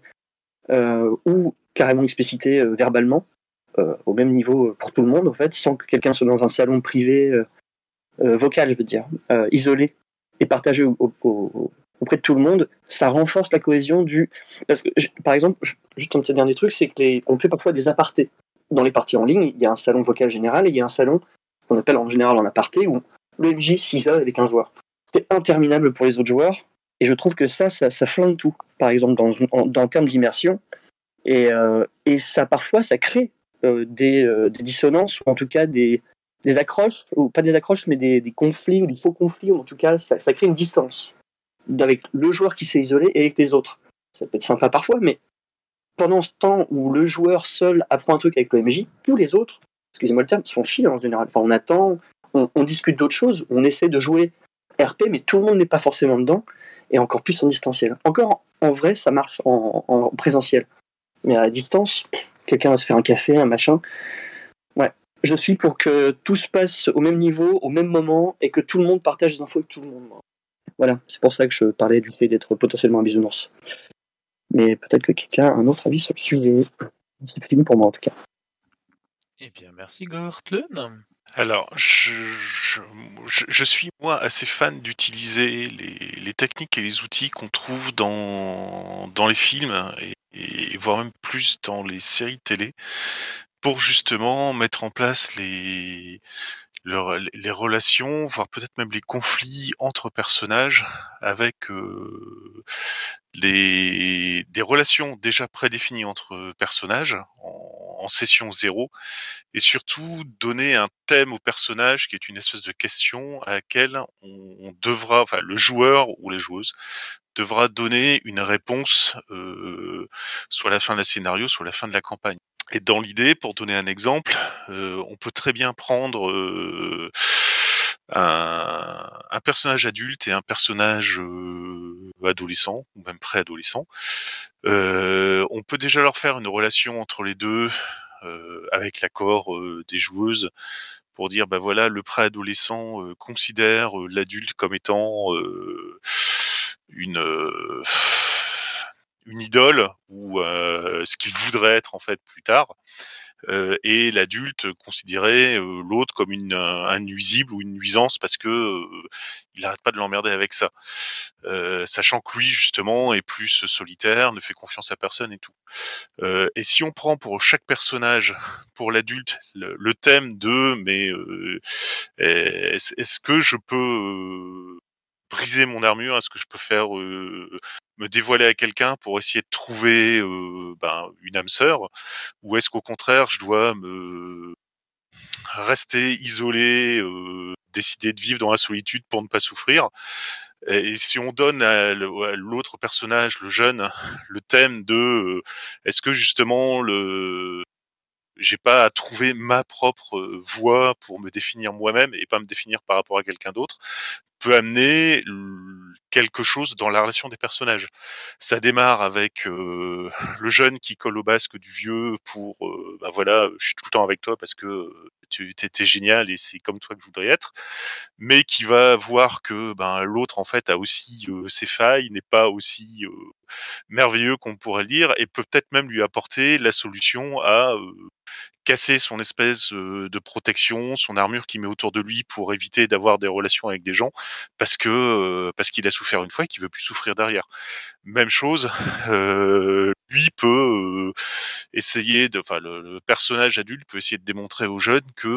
ou carrément explicité verbalement, au même niveau pour tout le monde, en fait, sans que quelqu'un soit dans un salon privé, vocal, je veux dire, isolé et partagé auprès de tout le monde, ça renforce la cohésion Parce que, par exemple, juste un petit dernier truc, c'est qu'on fait parfois des apartés. Dans les parties en ligne, il y a un salon vocal général et il y a un salon qu'on appelle en général en aparté, où le MJ s'isole avec un joueur. C'est interminable pour les autres joueurs, et je trouve que ça flingue tout, par exemple, dans termes d'immersion, et ça, parfois, ça crée des dissonances, ou en tout cas des accroches, ou pas des accroches, mais des conflits, ou des faux conflits, ou en tout cas, ça crée une distance avec le joueur qui s'est isolé et avec les autres. Ça peut être sympa parfois, mais pendant ce temps où le joueur seul apprend un truc avec le MJ, tous les autres, excusez-moi le terme, se font chier en général. Enfin, on attend, on discute d'autres choses, on essaie de jouer RP, mais tout le monde n'est pas forcément dedans, et encore plus en distanciel. Encore en vrai, ça marche en présentiel. Mais à la distance, quelqu'un va se faire un café, un machin. Ouais, je suis pour que tout se passe au même niveau, au même moment, et que tout le monde partage des infos avec tout le monde. Voilà, c'est pour ça que je parlais du fait d'être potentiellement un bisounours. Mais peut-être que quelqu'un a un autre avis sur le sujet. C'est fini pour moi en tout cas. Eh bien, merci Gortlun. Alors, je suis moi assez fan d'utiliser les techniques et les outils qu'on trouve dans les films et voire même plus dans les séries télé pour justement mettre en place les relations, voire peut-être même les conflits entre personnages avec des relations déjà prédéfinies entre personnages en session 0 et surtout donner un thème au personnage qui est une espèce de question à laquelle on devra, enfin le joueur ou les joueuses devra donner une réponse soit à la fin de la scénario, soit à la fin de la campagne. Et dans l'idée, pour donner un exemple, on peut très bien prendre un personnage adulte et un personnage adolescent, ou même préadolescent. On peut déjà leur faire une relation entre les deux, avec l'accord des joueuses, pour dire, bah voilà, le préadolescent considère l'adulte comme étant une idole ou ce qu'il voudrait être en fait plus tard, et l'adulte considérait l'autre comme un nuisible ou une nuisance parce que il n'arrête pas de l'emmerder avec ça, sachant que lui justement est plus solitaire, ne fait confiance à personne et tout. Et si on prend pour chaque personnage, pour l'adulte, le thème de mais est-ce que je peux briser mon armure, est-ce que je peux faire me dévoiler à quelqu'un pour essayer de trouver une âme sœur, ou est-ce qu'au contraire je dois me rester isolé, décider de vivre dans la solitude pour ne pas souffrir, Et si on donne à l'autre personnage, le jeune, le thème de est-ce que justement j'ai pas à trouver ma propre voie pour me définir moi-même et pas me définir par rapport à quelqu'un d'autre, peut amener quelque chose dans la relation des personnages. Ça démarre avec le jeune qui colle au basque du vieux pour bah voilà, je suis tout le temps avec toi parce que tu t'es génial et c'est comme toi que je voudrais être, mais qui va voir que ben l'autre en fait a aussi ses failles, n'est pas aussi merveilleux qu'on pourrait le dire, et peut peut-être même lui apporter la solution à casser son espèce de protection, son armure qu'il met autour de lui pour éviter d'avoir des relations avec des gens, parce qu'il a souffert une fois et qu'il veut plus souffrir derrière. Même chose, lui peut essayer de, enfin le personnage adulte peut essayer de démontrer aux jeunes que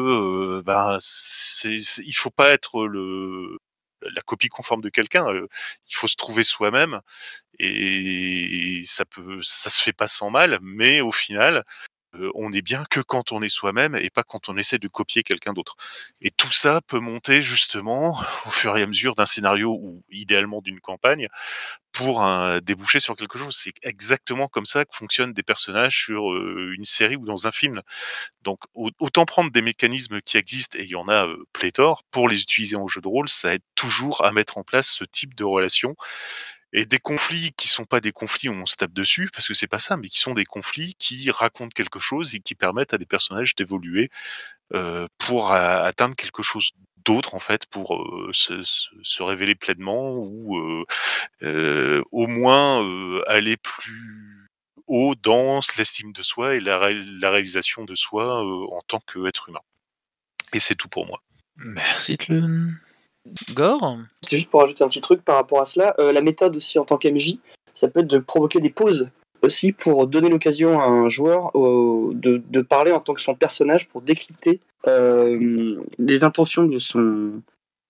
il faut pas être la copie conforme de quelqu'un. Il faut se trouver soi-même et ça se fait pas sans mal, mais au final on est bien que quand on est soi-même et pas quand on essaie de copier quelqu'un d'autre. Et tout ça peut monter justement au fur et à mesure d'un scénario ou idéalement d'une campagne pour déboucher sur quelque chose. C'est exactement comme ça que fonctionnent des personnages sur une série ou dans un film. Donc autant prendre des mécanismes qui existent, et il y en a pléthore, pour les utiliser en jeu de rôle, ça aide toujours à mettre en place ce type de relation. Et des conflits qui sont pas des conflits où on se tape dessus, parce que c'est pas ça, mais qui sont des conflits qui racontent quelque chose et qui permettent à des personnages d'évoluer pour atteindre quelque chose d'autre en fait, pour se révéler pleinement ou au moins aller plus haut dans l'estime de soi et la réalisation de soi en tant qu'être humain. Et c'est tout pour moi. Merci Tlun. Gore? C'est juste pour rajouter un petit truc par rapport à cela. La méthode aussi en tant qu'MJ, ça peut être de provoquer des pauses aussi pour donner l'occasion à un joueur de parler en tant que son personnage pour décrypter les intentions de son.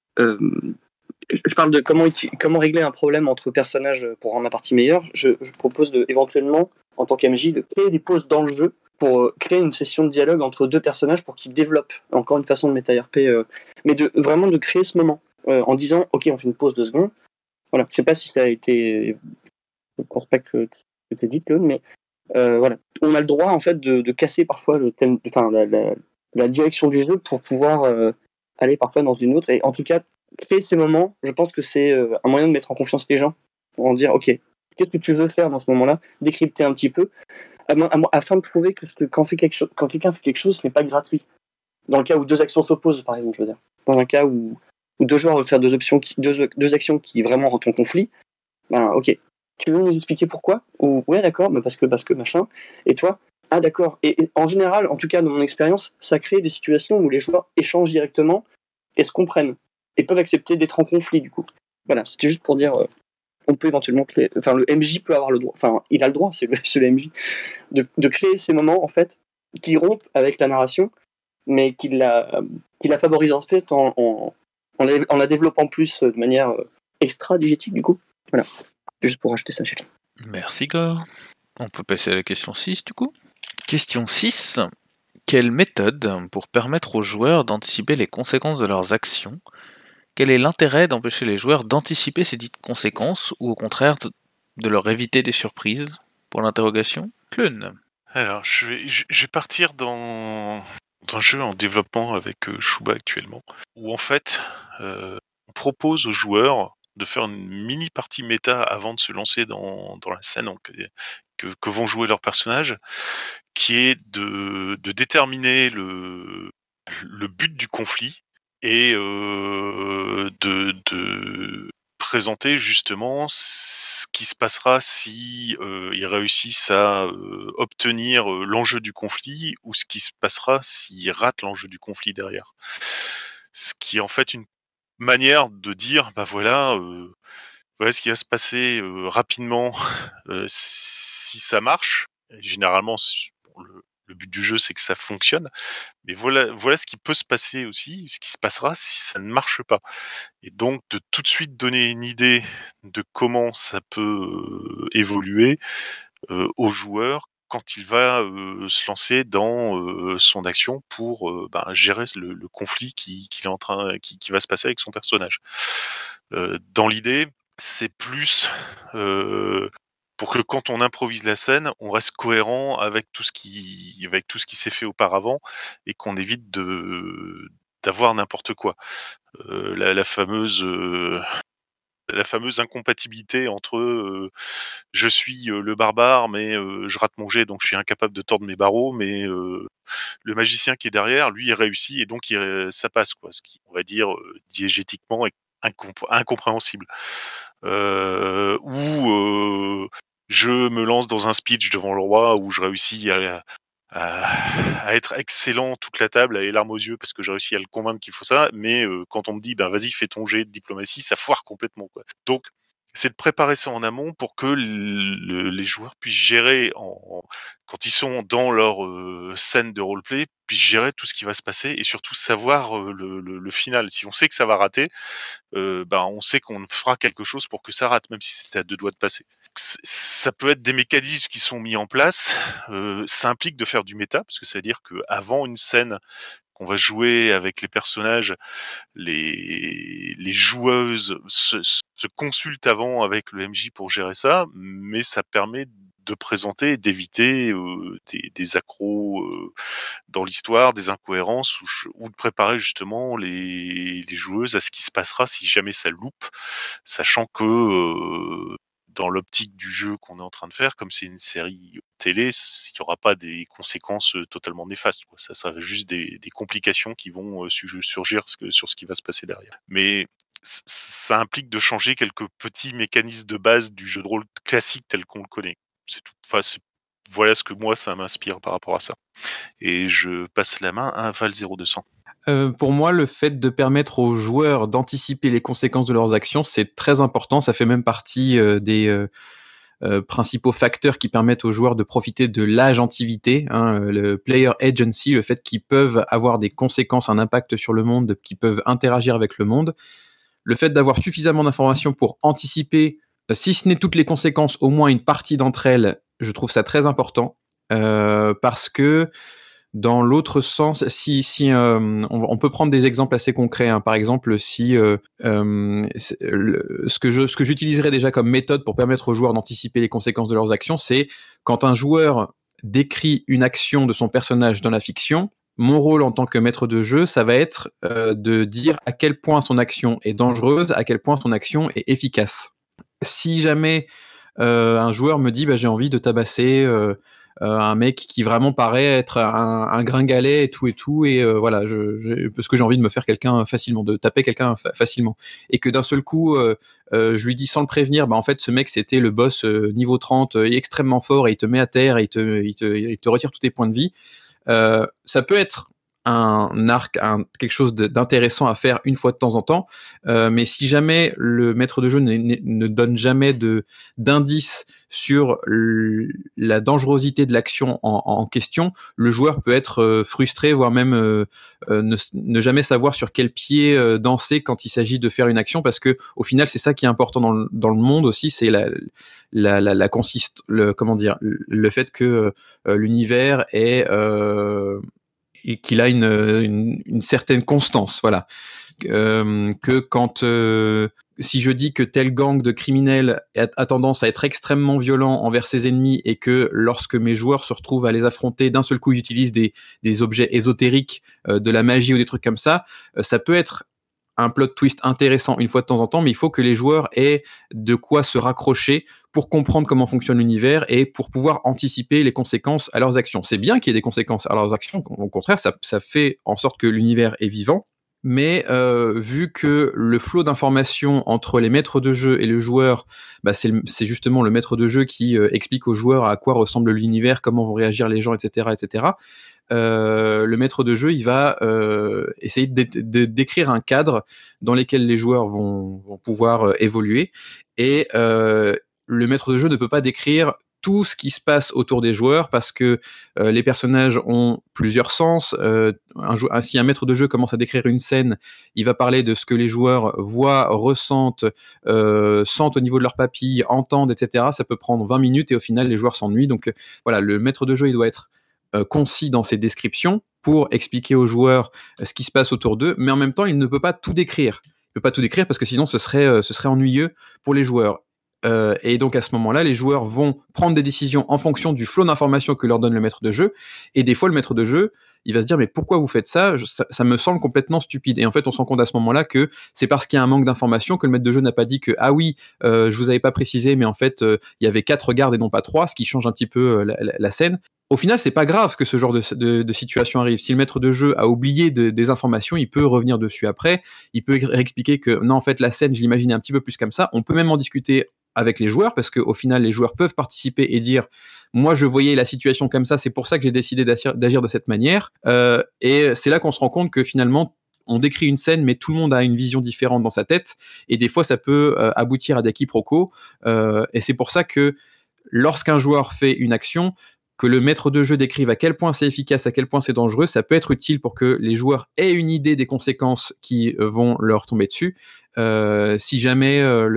Je parle de comment régler un problème entre personnages pour rendre la partie meilleure. Je propose éventuellement, en tant qu'MJ, de créer des pauses dans le jeu pour créer une session de dialogue entre deux personnages pour qu'ils développent encore une façon de méta-RP, mais vraiment de créer ce moment en disant ok, on fait une pause 2 secondes. Voilà, je sais pas si ça a été. Je pense pas que tu dit, Claude, mais voilà. On a le droit en fait de casser parfois le thème, enfin la direction du jeu pour pouvoir aller parfois dans une autre. Et en tout cas, créer ces moments, je pense que c'est un moyen de mettre en confiance les gens pour en dire ok, qu'est-ce que tu veux faire dans ce moment-là, décrypter un petit peu, afin de prouver que quand quelqu'un fait quelque chose, ce n'est pas gratuit. Dans le cas où deux actions s'opposent, par exemple, je veux dire. Dans un cas où deux joueurs veulent faire deux actions qui vraiment rentrent en conflit, ben ok. Tu veux nous expliquer pourquoi? Ou ouais, d'accord, mais parce que machin. Et toi? Ah, d'accord. Et en général, en tout cas, dans mon expérience, ça crée des situations où les joueurs échangent directement et se comprennent et peuvent accepter d'être en conflit, du coup. Voilà, c'était juste pour dire, on peut éventuellement créer. Enfin, le MJ peut avoir le droit. Enfin, il a le droit, c'est le MJ, de créer ces moments, en fait, qui rompent avec la narration, mais qui la favorise, en fait, en la développant plus de manière extra-digétique, du coup. Voilà. Juste pour rajouter ça, j'ai fini. Merci Gore. On peut passer à la question 6 du coup. Question 6. Quelle méthode pour permettre aux joueurs d'anticiper les conséquences de leurs actions? Quel est l'intérêt d'empêcher les joueurs d'anticiper ces dites conséquences ou au contraire de leur éviter des surprises? Pour l'interrogation, Clun. Alors, je vais partir dans un jeu en développement avec Shuba actuellement, où en fait, on propose aux joueurs de faire une mini partie méta avant de se lancer dans la scène que vont jouer leurs personnages, qui est de déterminer le but du conflit et de présenter justement ce qui se passera si ils réussissent à obtenir l'enjeu du conflit, ou ce qui se passera s'ils ratent l'enjeu du conflit derrière. Ce qui est en fait une manière de dire bah voilà ce qui va se passer rapidement si ça marche. Et généralement le but du jeu c'est que ça fonctionne, mais voilà ce qui peut se passer aussi, ce qui se passera si ça ne marche pas. Et donc de tout de suite donner une idée de comment ça peut évoluer aux joueurs quand il va se lancer dans son action pour gérer le conflit qui va se passer avec son personnage. Dans l'idée, c'est plus pour que quand on improvise la scène, on reste cohérent avec tout ce qui s'est fait auparavant et qu'on évite d'avoir n'importe quoi. La fameuse incompatibilité entre je suis le barbare mais je rate mon jet donc je suis incapable de tordre mes barreaux, mais le magicien qui est derrière, lui, il réussit et donc ça passe, quoi. Ce qui, on va dire, diégétiquement est incompréhensible. Ou je me lance dans un speech devant le roi où je réussis à être excellent toute la table, à les larmes aux yeux parce que j'ai réussi à le convaincre qu'il faut ça, mais quand on me dit vas-y fais ton jet de diplomatie, ça foire complètement, quoi. Donc c'est de préparer ça en amont pour que les joueurs puissent gérer quand ils sont dans leur scène de roleplay, puissent gérer tout ce qui va se passer et surtout savoir le final. Si on sait que ça va rater, on sait qu'on fera quelque chose pour que ça rate, même si c'était à 2 doigts de passer. Ça peut être des mécanismes qui sont mis en place. Ça implique de faire du méta, parce que ça veut dire qu'avant une scène qu'on va jouer avec les personnages, les joueuses se consultent avant avec le MJ pour gérer ça, mais ça permet de présenter et d'éviter des accros dans l'histoire, des incohérences, ou de préparer justement les joueuses à ce qui se passera si jamais ça loupe, sachant que dans l'optique du jeu qu'on est en train de faire, comme c'est une série télé, il n'y aura pas des conséquences totalement néfastes, quoi. Ça sera juste des complications qui vont surgir sur ce qui va se passer derrière. Mais ça implique de changer quelques petits mécanismes de base du jeu de rôle classique tel qu'on le connaît. C'est tout. Enfin, voilà ce que moi, ça m'inspire par rapport à ça. Et je passe la main à Val 0200. Pour moi, le fait de permettre aux joueurs d'anticiper les conséquences de leurs actions, c'est très important. Ça fait même partie des principaux facteurs qui permettent aux joueurs de profiter de l'agentivité, le player agency, le fait qu'ils peuvent avoir des conséquences, un impact sur le monde, qu'ils peuvent interagir avec le monde. Le fait d'avoir suffisamment d'informations pour anticiper, si ce n'est toutes les conséquences, au moins une partie d'entre elles, je trouve ça très important, parce que dans l'autre sens, on peut prendre des exemples assez concrets, hein. Par exemple, si ce que j'utiliserais déjà comme méthode pour permettre aux joueurs d'anticiper les conséquences de leurs actions, c'est quand un joueur décrit une action de son personnage dans la fiction, mon rôle en tant que maître de jeu, ça va être de dire à quel point son action est dangereuse, à quel point son action est efficace. Si jamais un joueur me dit j'ai envie de tabasser un mec qui vraiment paraît être un gringalet et tout, et voilà, parce que j'ai envie de me faire quelqu'un facilement, de taper quelqu'un facilement, et que d'un seul coup je lui dis sans le prévenir, en fait ce mec c'était le boss niveau 30, extrêmement fort, et il te met à terre et il te retire tous tes points de vie. Ça peut être un arc, quelque chose d'intéressant à faire une fois de temps en temps, mais si jamais le maître de jeu ne donne jamais d'indices sur la dangerosité de l'action en question, le joueur peut être frustré, voire même ne jamais savoir sur quel pied danser quand il s'agit de faire une action, parce que au final c'est ça qui est important dans le monde aussi, c'est le fait que l'univers est et qu'il a une certaine constance, voilà. Que quand si je dis que tel gang de criminels a tendance à être extrêmement violent envers ses ennemis, et que lorsque mes joueurs se retrouvent à les affronter, d'un seul coup ils utilisent des objets ésotériques, de la magie ou des trucs comme ça, ça peut être un plot twist intéressant une fois de temps en temps, mais il faut que les joueurs aient de quoi se raccrocher pour comprendre comment fonctionne l'univers et pour pouvoir anticiper les conséquences à leurs actions. C'est bien qu'il y ait des conséquences à leurs actions, au contraire, ça fait en sorte que l'univers est vivant, mais vu que le flot d'informations entre les maîtres de jeu et le joueur, c'est justement le maître de jeu qui explique aux joueurs à quoi ressemble l'univers, comment vont réagir les gens, etc., etc., le maître de jeu, il va essayer de décrire un cadre dans lequel les joueurs vont pouvoir évoluer, et le maître de jeu ne peut pas décrire tout ce qui se passe autour des joueurs parce que les personnages ont plusieurs sens. Si un maître de jeu commence à décrire une scène, il va parler de ce que les joueurs voient, ressentent, sentent au niveau de leur papilles, entendent, etc. Ça peut prendre 20 minutes et au final, les joueurs s'ennuient. Donc voilà, le maître de jeu, il doit être concis dans ses descriptions pour expliquer aux joueurs ce qui se passe autour d'eux, mais en même temps, il ne peut pas tout décrire. Il peut pas tout décrire parce que sinon, ce serait ennuyeux pour les joueurs. Et donc à ce moment-là, les joueurs vont prendre des décisions en fonction du flot d'informations que leur donne le maître de jeu. Et des fois, le maître de jeu, il va se dire mais pourquoi vous faites ça, ça me semble complètement stupide. Et en fait, on se rend compte à ce moment-là que c'est parce qu'il y a un manque d'informations que le maître de jeu n'a pas dit que ah oui, je vous avais pas précisé, mais en fait, il y avait 4 gardes et non pas 3, ce qui change un petit peu la scène. Au final, c'est pas grave que ce genre de situation arrive. Si le maître de jeu a oublié des informations, il peut revenir dessus après. Il peut expliquer que non, en fait, la scène, je l'imaginais un petit peu plus comme ça. On peut même en discuter avec les joueurs parce qu'au final, les joueurs peuvent participer et dire moi, je voyais la situation comme ça, c'est pour ça que j'ai décidé d'agir de cette manière. Et c'est là qu'on se rend compte que finalement, on décrit une scène, mais tout le monde a une vision différente dans sa tête. Et des fois, ça peut aboutir à des quiproquos. Et c'est pour ça que lorsqu'un joueur fait une action, que le maître de jeu décrive à quel point c'est efficace, à quel point c'est dangereux, ça peut être utile pour que les joueurs aient une idée des conséquences qui vont leur tomber dessus. Si jamais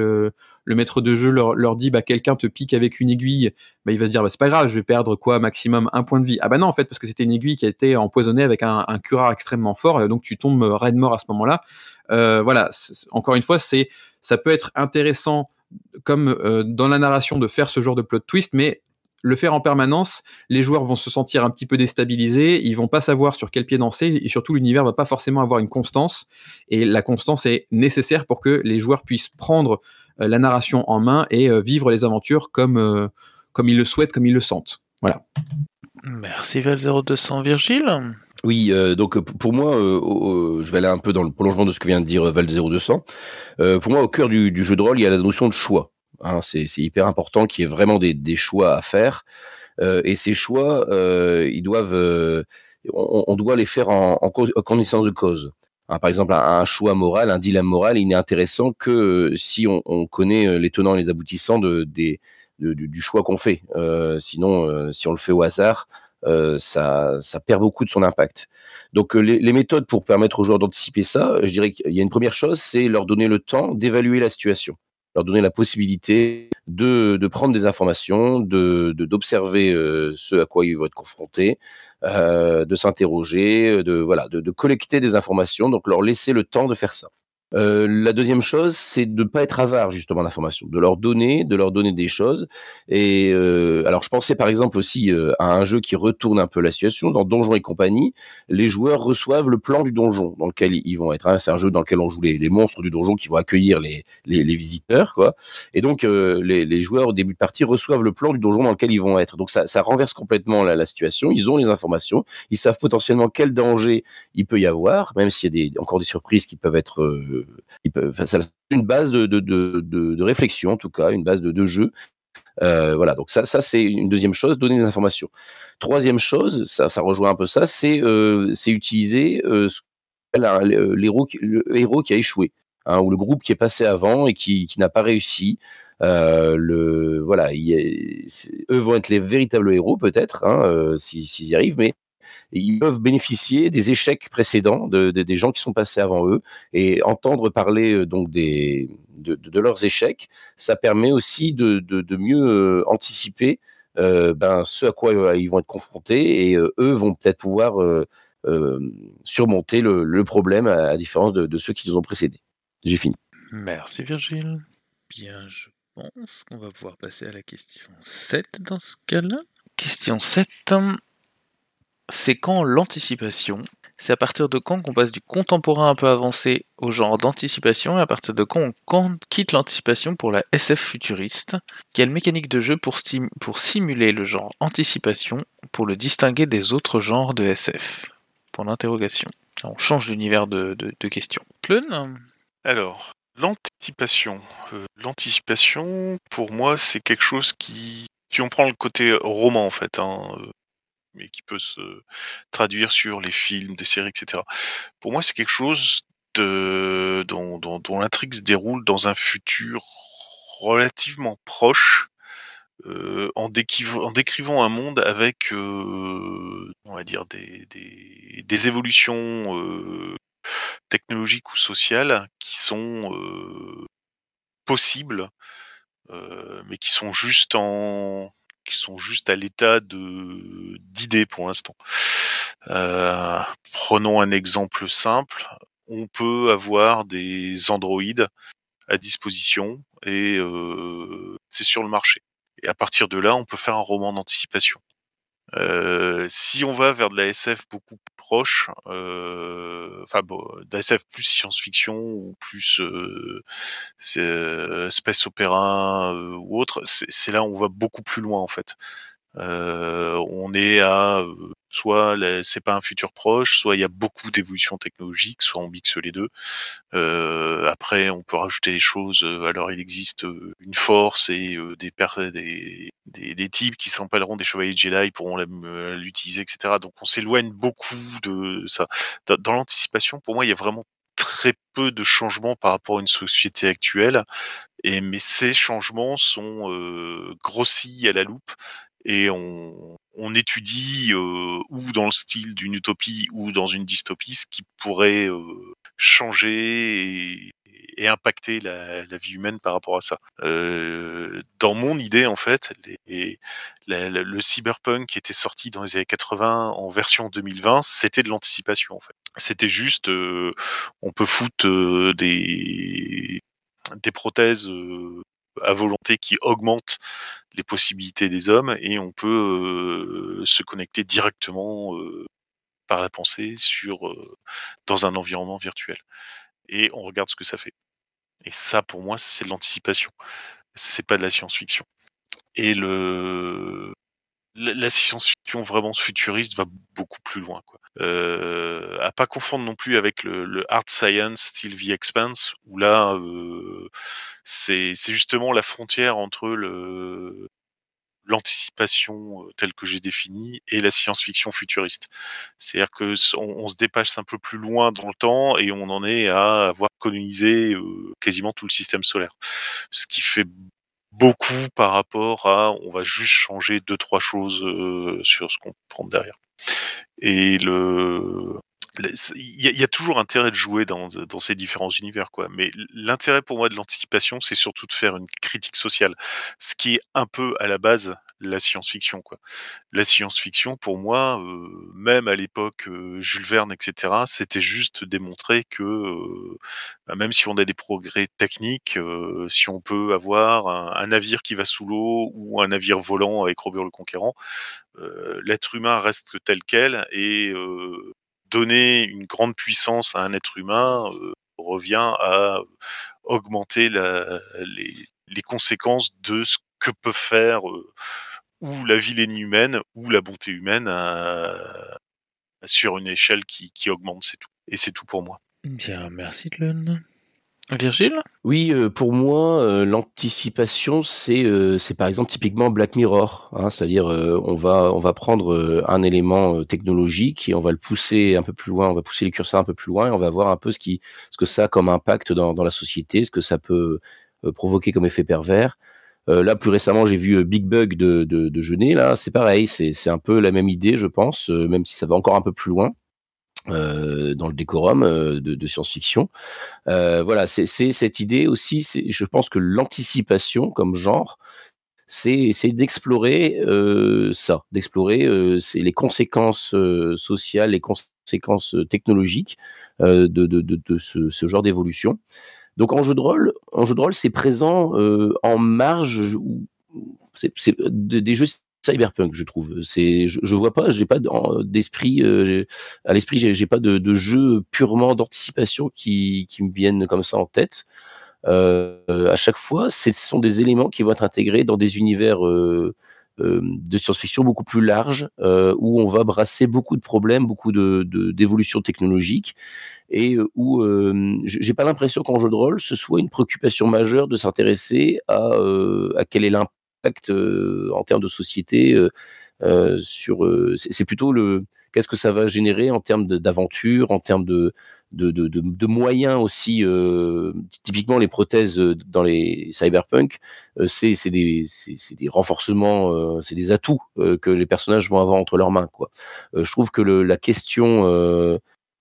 le maître de jeu leur dit quelqu'un te pique avec une aiguille, il va se dire c'est pas grave, je vais perdre maximum 1 point de vie. Ah bah non, en fait, parce que c'était une aiguille qui a été empoisonnée avec un curare extrêmement fort, et donc tu tombes raide mort à ce moment-là. Voilà, encore une fois, ça peut être intéressant comme dans la narration de faire ce genre de plot twist, mais le faire en permanence, les joueurs vont se sentir un petit peu déstabilisés, ils vont pas savoir sur quel pied danser, et surtout l'univers va pas forcément avoir une constance, et la constance est nécessaire pour que les joueurs puissent prendre la narration en main et vivre les aventures comme ils le souhaitent, comme ils le sentent. Voilà. Merci Val0200. Virgile ? Oui, donc pour moi, je vais aller un peu dans le prolongement de ce que vient de dire Val0200. Pour moi, au cœur du jeu de rôle, il y a la notion de choix. Hein, c'est hyper important qu'il y ait vraiment des choix à faire. Et ces choix, ils doivent, on doit les faire en connaissance de cause. Hein, par exemple, un choix moral, un dilemme moral, il n'est intéressant que si on connaît les tenants et les aboutissants du choix qu'on fait. Sinon, si on le fait au hasard, ça perd beaucoup de son impact. Donc les méthodes pour permettre aux joueurs d'anticiper ça, je dirais qu'il y a une première chose, c'est leur donner le temps d'évaluer la situation, leur donner la possibilité de prendre des informations, d'observer ce à quoi ils vont être confrontés, de s'interroger, de collecter des informations, donc leur laisser le temps de faire ça. La deuxième chose, c'est de ne pas être avare justement d'informations, de leur donner des choses. Et alors je pensais par exemple aussi à un jeu qui retourne un peu la situation. Dans Donjons et compagnie, les joueurs reçoivent le plan du donjon dans lequel ils vont être. Hein. C'est un jeu dans lequel on joue les monstres du donjon qui vont accueillir les visiteurs, quoi. Et donc les joueurs au début de partie reçoivent le plan du donjon dans lequel ils vont être. Donc ça renverse complètement la situation. Ils ont les informations, ils savent potentiellement quel danger il peut y avoir, même s'il y a encore des surprises qui peuvent être ça une base de réflexion, en tout cas, une base de jeu. Voilà, donc ça c'est une deuxième chose, donner des informations. Troisième chose, ça rejoint un peu ça, c'est utiliser le héros qui a échoué, hein, ou le groupe qui est passé avant et qui n'a pas réussi. Eux vont être les véritables héros peut-être, hein, s'ils y arrivent, mais ils peuvent bénéficier des échecs précédents des gens qui sont passés avant eux, et entendre parler donc de leurs échecs, ça permet aussi de mieux anticiper ce à quoi ils vont être confrontés, et eux vont peut-être pouvoir surmonter le problème à différence de ceux qui les ont précédés. J'ai fini. Merci Virgile. Bien, je pense qu'on va pouvoir passer à la question 7 dans ce cas-là. Question 7. C'est quand l'anticipation? C'est à partir de quand qu'on passe du contemporain un peu avancé au genre d'anticipation, et à partir de quand on quitte l'anticipation pour la SF futuriste? Quelle mécanique de jeu pour simuler le genre anticipation, pour le distinguer des autres genres de SF? Pour l'interrogation. On change d'univers de questions. Pleun? Alors, l'anticipation. L'anticipation, pour moi, c'est quelque chose qui... Si on prend le côté roman, en fait, hein, mais qui peut se traduire sur les films, des séries, etc. Pour moi, c'est quelque chose dont l'intrigue se déroule dans un futur relativement proche, en décrivant un monde avec, on va dire des évolutions technologiques ou sociales qui sont possibles, mais qui sont juste à l'état d'idées pour l'instant. Prenons un exemple simple. On peut avoir des androïdes à disposition et c'est sur le marché. Et à partir de là, on peut faire un roman d'anticipation. Si on va vers de la SF beaucoup plus proche, de la SF plus science-fiction ou plus space opéra ou autre, c'est là où on va beaucoup plus loin en fait. On est à c'est pas un futur proche, soit il y a beaucoup d'évolutions technologiques, soit on mixe les deux. Après, on peut rajouter des choses. Alors, il existe une force et des types qui s'appelleront des chevaliers Jedi pourront l'utiliser, etc. Donc, on s'éloigne beaucoup de ça. Dans l'anticipation, pour moi, il y a vraiment très peu de changements par rapport à une société actuelle. Mais ces changements sont grossis à la loupe et on étudie ou dans le style d'une utopie ou dans une dystopie ce qui pourrait changer et impacter la vie humaine par rapport à ça. Dans mon idée, en fait, le cyberpunk qui était sorti dans les années 80 en version 2020, c'était de l'anticipation, en fait. C'était juste, on peut foutre des prothèses à volonté qui augmentent les possibilités des hommes et on peut se connecter directement par la pensée dans un environnement virtuel. Et on regarde ce que ça fait. Et ça, pour moi, c'est de l'anticipation. C'est pas de la science-fiction. Et la science-fiction vraiment futuriste va beaucoup plus loin, quoi. À pas confondre non plus avec le hard science style The Expanse, où là, c'est justement la frontière entre l'anticipation telle que j'ai définie et la science-fiction futuriste. C'est-à-dire que on se dépasse un peu plus loin dans le temps et on en est à avoir colonisé quasiment tout le système solaire. Ce qui fait beaucoup par rapport à on va juste changer 2-3 choses sur ce qu'on peut prendre derrière. Et il y a toujours intérêt de jouer dans ces différents univers, quoi. Mais l'intérêt pour moi de l'anticipation, c'est surtout de faire une critique sociale, ce qui est un peu à la base la science-fiction, quoi. La science-fiction, pour moi, même à l'époque Jules Verne, etc., c'était juste démontrer que même si on a des progrès techniques, si on peut avoir un navire qui va sous l'eau ou un navire volant avec Robert le Conquérant, l'être humain reste tel quel et donner une grande puissance à un être humain revient à augmenter les conséquences de ce que peut faire ou la vilaine humaine ou la bonté humaine sur une échelle qui augmente, c'est tout. Et c'est tout pour moi. Bien, merci Tlun. Virgile ? Oui, pour moi, l'anticipation, c'est par exemple typiquement Black Mirror, hein, c'est-à-dire on va prendre un élément technologique et on va le pousser un peu plus loin, on va pousser les curseurs un peu plus loin et on va voir un peu ce que ça a comme impact dans la société, ce que ça peut provoquer comme effet pervers. Là, plus récemment, j'ai vu Big Bug de Jeunet, là, c'est pareil, c'est un peu la même idée, je pense, même si ça va encore un peu plus loin. Dans le décorum de science-fiction. Voilà, c'est cette idée aussi. Je pense que l'anticipation comme genre, c'est d'explorer ça, d'explorer c'est les conséquences sociales, les conséquences technologiques de ce genre d'évolution. Donc en jeu de rôle, c'est présent en marge. C'est des jeux cyberpunk, je trouve. Je vois pas, j'ai pas d'esprit à l'esprit, j'ai pas de jeu purement d'anticipation qui me viennent comme ça en tête. À chaque fois, ce sont des éléments qui vont être intégrés dans des univers de science-fiction beaucoup plus larges, où on va brasser beaucoup de problèmes, beaucoup d'évolutions technologiques, et où j'ai pas l'impression qu'en jeu de rôle, ce soit une préoccupation majeure de s'intéresser à quel est l'impact en termes de société sur. C'est plutôt qu'est-ce que ça va générer en termes d'aventure, en termes de moyens aussi. Typiquement, les prothèses dans les cyberpunk, c'est des renforcements, c'est des atouts que les personnages vont avoir entre leurs mains, quoi. Je trouve que la question,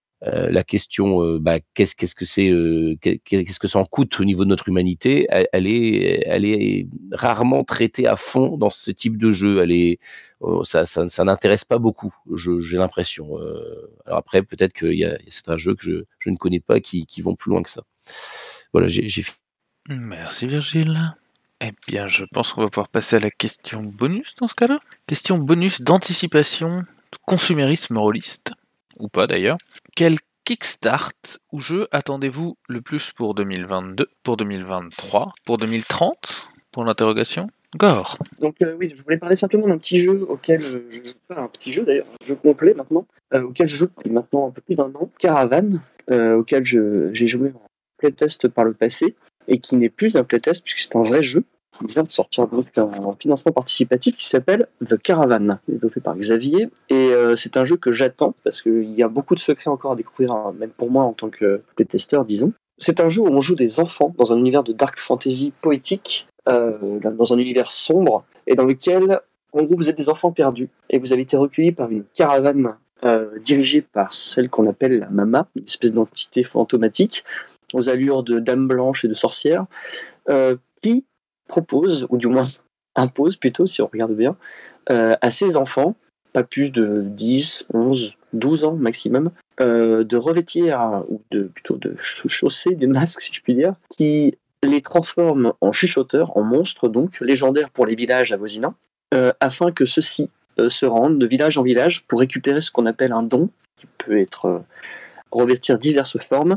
qu'est-ce que c'est, qu'est-ce que ça en coûte au niveau de notre humanité, elle est rarement traitée à fond dans ce type de jeu. Ça n'intéresse pas beaucoup, j'ai l'impression. Alors après, peut-être qu'il y a certains jeux que je ne connais pas qui vont plus loin que ça. Voilà, j'ai fait. Merci Virgile. Eh bien, je pense qu'on va pouvoir passer à la question bonus dans ce cas-là. Question bonus d'anticipation, de consumérisme rôliste, ou pas d'ailleurs. Quel kickstart ou jeu attendez-vous le plus pour 2022, pour 2023, pour 2030 pour l'interrogation Gore. Donc oui, je voulais parler simplement d'un petit jeu auquel je joue pas, un petit jeu d'ailleurs, un jeu complet maintenant, auquel je joue depuis maintenant un peu plus d'1 an, Caravan, auquel j'ai joué en playtest par le passé, et qui n'est plus un playtest puisque c'est un vrai jeu, qui vient de sortir donc un financement participatif qui s'appelle The Caravan, développé par Xavier, et c'est un jeu que j'attends, parce qu'il y a beaucoup de secrets encore à découvrir, hein, même pour moi en tant que playtesteur, disons. C'est un jeu où on joue des enfants dans un univers de dark fantasy poétique, dans un univers sombre, et dans lequel, en gros, vous êtes des enfants perdus, et vous avez été recueillis par une caravane dirigée par celle qu'on appelle la Mama, une espèce d'entité fantomatique, aux allures de dame blanche et de sorcière, qui propose, ou du moins impose plutôt, si on regarde bien, à ces enfants, pas plus de 10, 11, 12 ans maximum, de revêtir, ou plutôt de chausser des masques, si je puis dire, qui les transforme en chuchoteurs, en monstres donc, légendaires pour les villages avoisinants, afin que ceux-ci se rendent de village en village pour récupérer ce qu'on appelle un don, qui peut être revêtir diverses formes,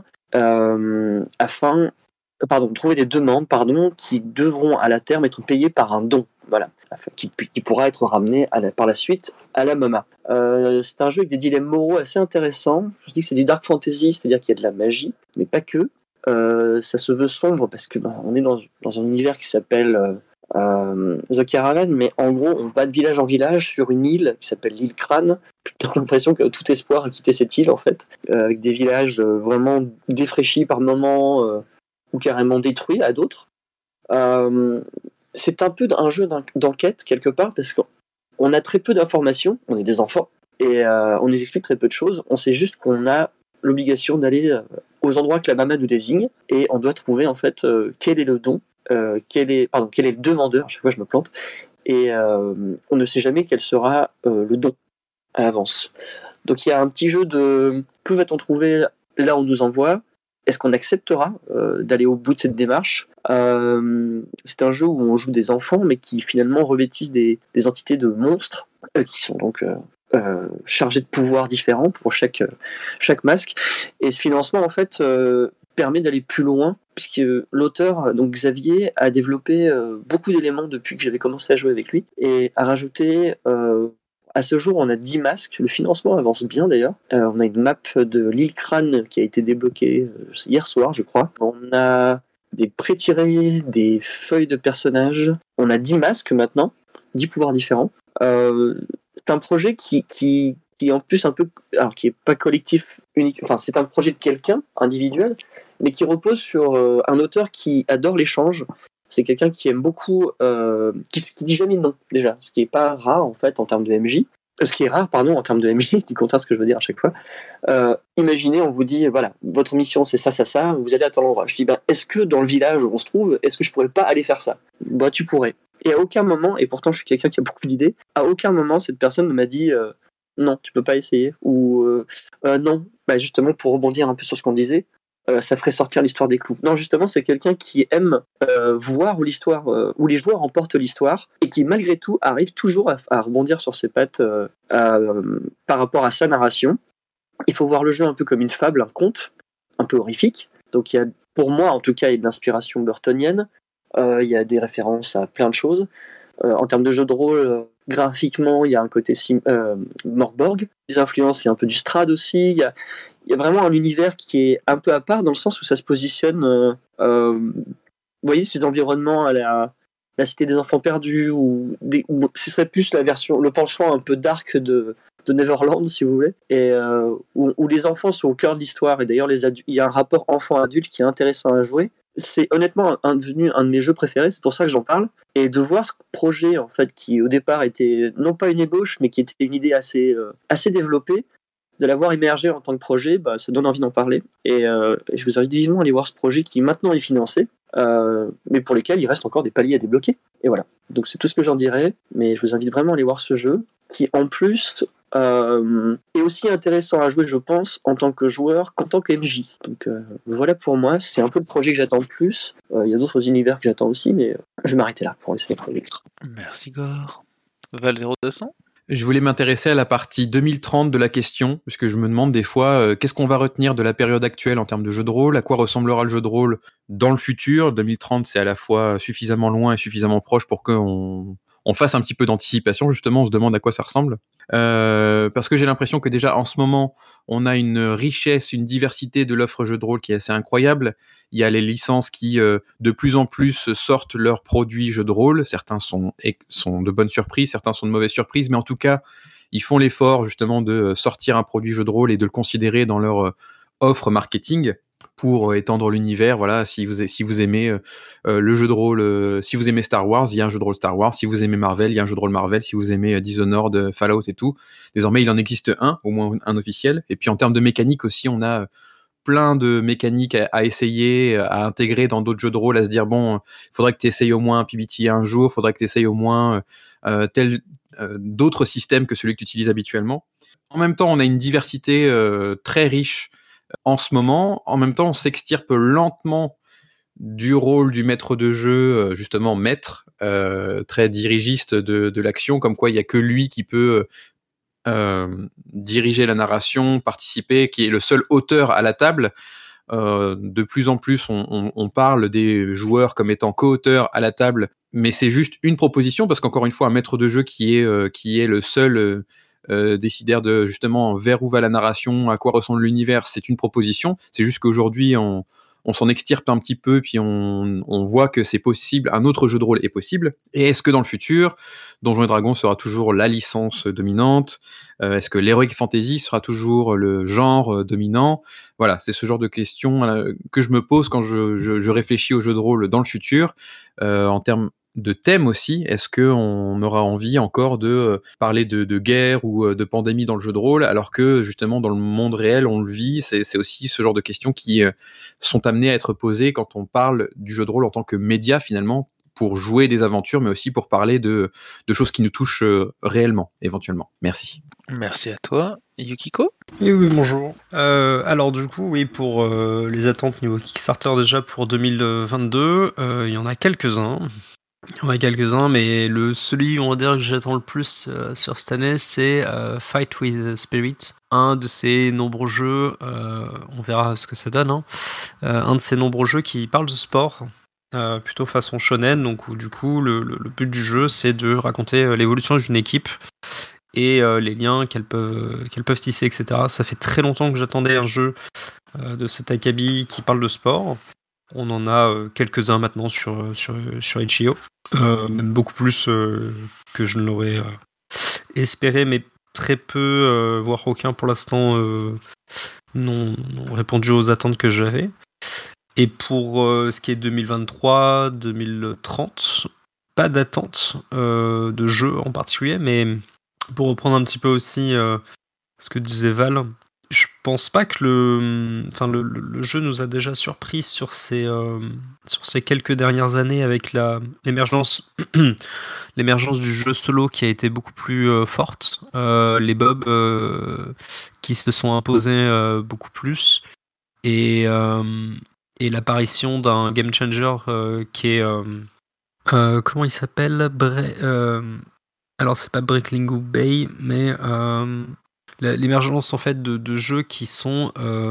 trouver des demandes, qui devront à la terme être payées par un don, voilà, qui pourra être ramené par la suite à la Mama. C'est un jeu avec des dilemmes moraux assez intéressants. Je dis que c'est du dark fantasy, c'est-à-dire qu'il y a de la magie, mais pas que. Ça se veut sombre parce que on est dans un univers qui s'appelle The Caravan, mais en gros on va de village en village sur une île qui s'appelle l'île Crâne. J'ai l'impression que tout espoir a quitté cette île en fait, avec des villages vraiment défraîchis par moments, ou carrément détruits à d'autres. C'est un peu un jeu d'enquête quelque part parce qu'on a très peu d'informations, on est des enfants et on nous explique très peu de choses. On sait juste qu'on a l'obligation d'aller aux endroits que la Mama nous désigne, et on doit trouver en fait quel est le don, quel est le demandeur, à chaque fois je me plante, et on ne sait jamais quel sera le don à l'avance. Donc il y a un petit jeu de que va-t-on trouver là où on nous envoie, est-ce qu'on acceptera d'aller au bout de cette démarche. C'est un jeu où on joue des enfants mais qui finalement revêtissent des entités de monstres qui sont donc chargés de pouvoirs différents pour chaque masque, et ce financement en fait permet d'aller plus loin puisque l'auteur, donc Xavier, a développé beaucoup d'éléments depuis que j'avais commencé à jouer avec lui et a rajouté à ce jour on a 10 masques, le financement avance bien d'ailleurs, on a une map de l'île Crâne qui a été débloquée hier soir je crois, on a des pré-tirés, des feuilles de personnages, on a 10 masques maintenant, 10 pouvoirs différents. C'est un projet qui en plus un peu, alors qui est pas collectif unique, enfin c'est un projet de quelqu'un individuel, mais qui repose sur un auteur qui adore l'échange. C'est quelqu'un qui aime beaucoup, qui dit jamais non déjà, ce qui est pas rare en fait en termes de MJ. Ce qui est rare, pardon, en termes de MJ, du contraire ce que je veux dire à chaque fois. Imaginez, on vous dit, voilà, votre mission c'est ça, vous allez à tel endroit. Je dis, est-ce que dans le village où on se trouve, est-ce que je pourrais pas aller faire ça ? Tu pourrais. Et à aucun moment, et pourtant je suis quelqu'un qui a beaucoup d'idées, à aucun moment cette personne ne m'a dit non, tu peux pas essayer, ou non, justement pour rebondir un peu sur ce qu'on disait, ça ferait sortir l'histoire des clous. Non, justement, c'est quelqu'un qui aime voir où l'histoire, où les joueurs emportent l'histoire, et qui malgré tout arrive toujours à rebondir sur ses pattes par rapport à sa narration. Il faut voir le jeu un peu comme une fable, un conte, un peu horrifique. Donc il y a, pour moi en tout cas, il y a de l'inspiration burtonienne. Il y a des références à plein de choses. En termes de jeu de rôle, graphiquement, il y a un côté Morborg. Les influences, c'est un peu du Strad aussi. Il y a vraiment un univers qui est un peu à part dans le sens où ça se positionne. Vous voyez, ces environnements à la Cité des Enfants Perdus, ou ce serait plus la version, le penchant un peu dark de de Neverland, si vous voulez, et où les enfants sont au cœur de l'histoire, et d'ailleurs il y a un rapport enfant-adulte qui est intéressant à jouer. C'est honnêtement devenu un de mes jeux préférés, c'est pour ça que j'en parle, et de voir ce projet en fait qui au départ était non pas une ébauche, mais qui était une idée assez développée, de l'avoir émergé en tant que projet, ça donne envie d'en parler, et je vous invite vivement à aller voir ce projet qui maintenant est financé, mais pour lesquels il reste encore des paliers à débloquer, et voilà. Donc c'est tout ce que j'en dirais, mais je vous invite vraiment à aller voir ce jeu, qui en plus est aussi intéressant à jouer, je pense, en tant que joueur qu'en tant que MJ. Donc voilà pour moi, c'est un peu le projet que j'attends le plus. Il y a d'autres univers que j'attends aussi, mais je vais m'arrêter là pour laisser les projets. Merci Gore. Val 0200 ? Je voulais m'intéresser à la partie 2030 de la question, puisque je me demande des fois qu'est-ce qu'on va retenir de la période actuelle en termes de jeu de rôle, à quoi ressemblera le jeu de rôle dans le futur. 2030, c'est à la fois suffisamment loin et suffisamment proche pour qu'on fasse un petit peu d'anticipation, justement, on se demande à quoi ça ressemble. Parce que j'ai l'impression que déjà en ce moment, on a une richesse, une diversité de l'offre jeu de rôle qui est assez incroyable. Il y a les licences qui, de plus en plus, sortent leurs produits jeux de rôle. Certains sont de bonnes surprises, certains sont de mauvaises surprises, mais en tout cas, ils font l'effort justement de sortir un produit jeu de rôle et de le considérer dans leur offre marketing pour étendre l'univers. Voilà, si vous aimez le jeu de rôle, si vous aimez Star Wars, il y a un jeu de rôle Star Wars. Si vous aimez Marvel, il y a un jeu de rôle Marvel. Si vous aimez Dishonored, Fallout et tout, désormais il en existe un, au moins un officiel. Et puis en termes de mécanique aussi, on a plein de mécaniques à essayer, à intégrer dans d'autres jeux de rôle, à se dire bon, il faudrait que tu essayes au moins un PBTA un jour, il faudrait que tu essayes au moins d'autres systèmes que celui que tu utilises habituellement. En même temps, on a une diversité très riche en ce moment. En même temps, on s'extirpe lentement du rôle du maître de jeu, justement maître, très dirigiste de l'action, comme quoi il n'y a que lui qui peut diriger la narration, participer, qui est le seul auteur à la table. De plus en plus, on parle des joueurs comme étant co-auteurs à la table, mais c'est juste une proposition, parce qu'encore une fois, un maître de jeu qui est le seul décideur de justement vers où va la narration, à quoi ressemble l'univers, c'est une proposition. C'est juste qu'aujourd'hui, on s'en extirpe un petit peu, puis on voit que c'est possible, un autre jeu de rôle est possible. Et est-ce que dans le futur, Donjons et Dragons sera toujours la licence dominante ? Est-ce que l'Heroic Fantasy sera toujours le genre dominant ? Voilà, c'est ce genre de questions que je me pose quand je réfléchis au jeu de rôle dans le futur, en termes de thème aussi. Est-ce qu'on aura envie encore de parler de guerre ou de pandémie dans le jeu de rôle, alors que justement dans le monde réel on le vit. C'est aussi ce genre de questions qui sont amenées à être posées quand on parle du jeu de rôle en tant que média finalement, pour jouer des aventures, mais aussi pour parler de choses qui nous touchent réellement, éventuellement. Merci. Merci à toi. Yukiko ? Et oui, bonjour. Alors du coup, oui, pour les attentes niveau Kickstarter déjà pour 2022, il y en a quelques-uns. Mais celui, on va dire, que j'attends le plus sur cette année, c'est Fight with Spirit. Un de ces nombreux jeux, on verra ce que ça donne, hein. Un de ces nombreux jeux qui parle de sport, plutôt façon shonen, donc où du coup le but du jeu c'est de raconter l'évolution d'une équipe et les liens qu'elles peuvent tisser, etc. Ça fait très longtemps que j'attendais un jeu de cet acabit qui parle de sport. On en a quelques-uns maintenant sur itch.io, même beaucoup plus que je ne l'aurais espéré, mais très peu, voire aucun pour l'instant, n'ont répondu aux attentes que j'avais. Et pour ce qui est 2023, 2030, pas d'attente de jeu en particulier, mais pour reprendre un petit peu aussi ce que disait Val, je pense pas que le jeu nous a déjà surpris sur ces quelques dernières années avec l'émergence du jeu solo qui a été beaucoup plus forte, les Bob qui se sont imposés beaucoup plus, et l'apparition d'un game changer qui est comment il s'appelle, alors c'est pas Breaking Bay, mais l'émergence en fait de jeux qui sont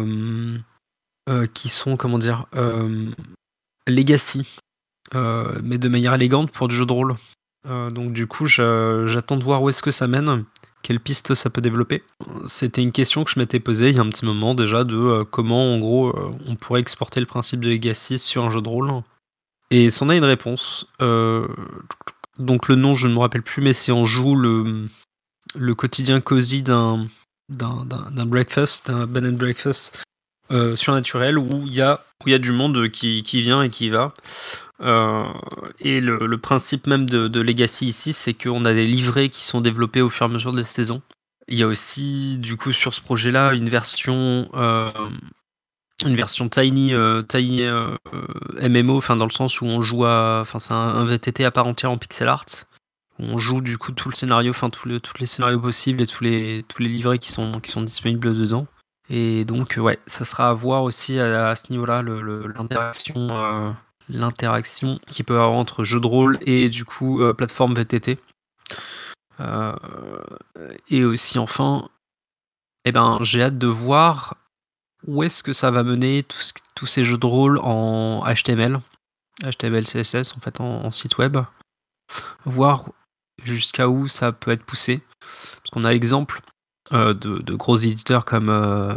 comment dire, legacy, mais de manière élégante pour du jeu de rôle. Donc du coup j'attends de voir où est-ce que ça mène, quelle piste ça peut développer. C'était une question que je m'étais posée il y a un petit moment déjà, de comment en gros on pourrait exporter le principe de legacy sur un jeu de rôle. Et c'en a une réponse. Donc le nom je ne me rappelle plus, mais si on joue le quotidien cosy d'un breakfast, d'un bed and breakfast surnaturel où il y a du monde qui vient et qui va. Et le principe même de Legacy ici, c'est qu'on a des livrets qui sont développés au fur et à mesure des saisons. Il y a aussi, du coup, sur ce projet-là, une version tiny MMO, enfin dans le sens où on joue c'est un VTT à part entière en pixel art. Où on joue du coup tout le scénario, enfin tous les scénarios possibles et tous les livrets qui sont disponibles dedans. Et donc ouais, ça sera à voir aussi à ce niveau-là l'interaction qu'il peut y avoir entre jeu de rôle et du coup plateforme VTT. Et aussi enfin, j'ai hâte de voir où est-ce que ça va mener tous ces jeux de rôle en HTML, CSS en fait en site web, voir jusqu'à où ça peut être poussé. Parce qu'on a l'exemple de gros éditeurs comme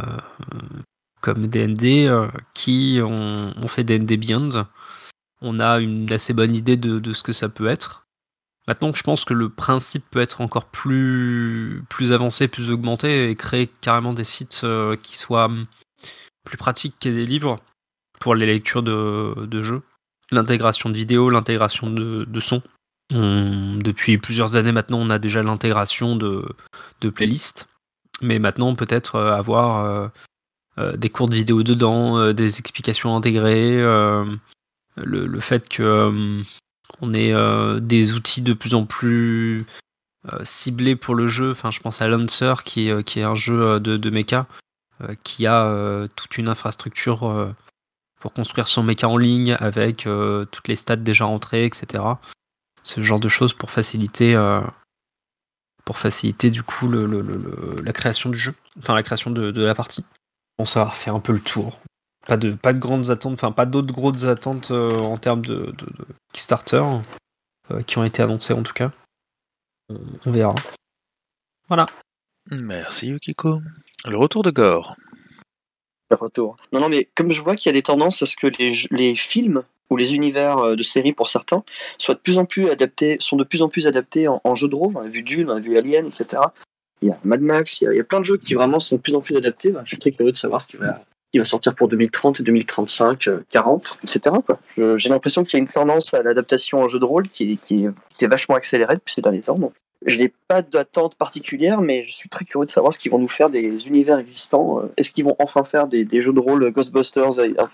D&D qui ont fait D&D Beyond. On a une assez bonne idée de ce que ça peut être. Maintenant, je pense que le principe peut être encore plus avancé, plus augmenté, et créer carrément des sites qui soient plus pratiques que des livres pour les lectures de jeux. L'intégration de vidéos, l'intégration de son. Depuis plusieurs années maintenant, on a déjà l'intégration de playlists. Mais maintenant, peut-être avoir des courtes vidéos dedans, des explications intégrées, le fait que on ait des outils de plus en plus ciblés pour le jeu. Enfin, je pense à Lancer, qui est un jeu de mecha, qui a toute une infrastructure pour construire son mecha en ligne avec toutes les stats déjà rentrées, etc. Ce genre de choses pour faciliter du coup la création du jeu, enfin la création de la partie. Bon, ça va faire un peu le tour. Pas de grandes attentes, enfin pas d'autres grosses attentes en termes de Kickstarter qui ont été annoncées en tout cas. On verra. Voilà. Merci Yukiko. Le retour de Gore. Le retour. Non, mais comme je vois qu'il y a des tendances à ce que les films ou les univers de séries pour certains sont de plus en plus adaptés en jeu de rôle. On a vu Dune, on a vu Alien, etc. Il y a Mad Max, il y a plein de jeux qui vraiment sont de plus en plus adaptés. Je suis très curieux de savoir ce qui va sortir pour 2030 et 2035, 40, etc. Quoi. J'ai l'impression qu'il y a une tendance à l'adaptation en jeu de rôle qui est vachement accélérée depuis ces derniers temps. Donc, je n'ai pas d'attente particulière, mais je suis très curieux de savoir ce qu'ils vont nous faire des univers existants. Est-ce qu'ils vont enfin faire des jeux de rôle Ghostbusters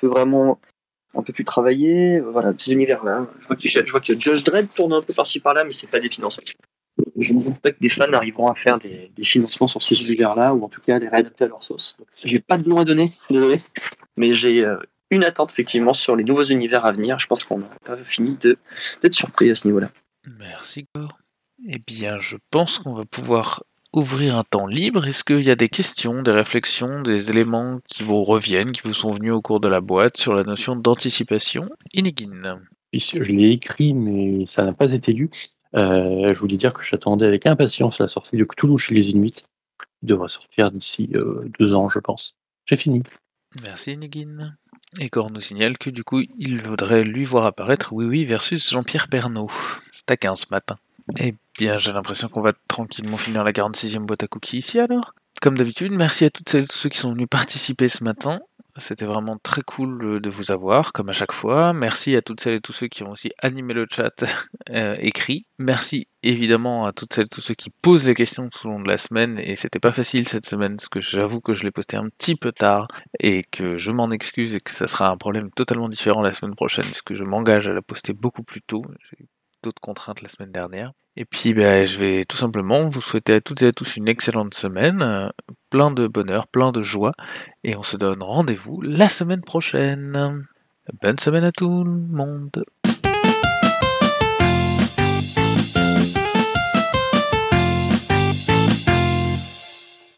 un peu plus travaillés, voilà, ces univers-là. Je vois que Judge Dredd tourne un peu par-ci par-là, mais c'est pas des financements. Je ne doute pas que des fans arriveront à faire des financements sur ces univers-là, ou en tout cas les réadapter à leur sauce. Je n'ai pas de nom à donner, désolé, mais j'ai une attente effectivement sur les nouveaux univers à venir. Je pense qu'on n'a pas fini d'être surpris à ce niveau-là. Merci Gore. Eh bien, je pense qu'on va pouvoir ouvrir un temps libre. Est-ce qu'il y a des questions, des réflexions, des éléments qui vous reviennent, qui vous sont venus au cours de la boîte sur la notion d'anticipation? Inigine. Je l'ai écrit, mais ça n'a pas été lu. Je voulais dire que j'attendais avec impatience la sortie de Cthulhu chez les Inuits. Il devrait sortir d'ici 2 ans, je pense. J'ai fini. Merci Inigine. Et Gore nous signale que du coup, il faudrait lui voir apparaître Oui versus Jean-Pierre Pernaut. C'est à 15 ce matin. Eh bien, j'ai l'impression qu'on va tranquillement finir la 46e boîte à cookies ici alors. Comme d'habitude, merci à toutes celles et tous ceux qui sont venus participer ce matin. C'était vraiment très cool de vous avoir, comme à chaque fois. Merci à toutes celles et tous ceux qui ont aussi animé le chat écrit. Merci évidemment à toutes celles et tous ceux qui posent des questions tout au long de la semaine. Et c'était pas facile cette semaine, parce que j'avoue que je l'ai posté un petit peu tard et que je m'en excuse et que ça sera un problème totalement différent la semaine prochaine, puisque je m'engage à la poster beaucoup plus tôt. J'ai eu d'autres contraintes la semaine dernière. Et puis je vais tout simplement vous souhaiter à toutes et à tous une excellente semaine, plein de bonheur, plein de joie, et on se donne rendez-vous la semaine prochaine. Bonne semaine à tout le monde.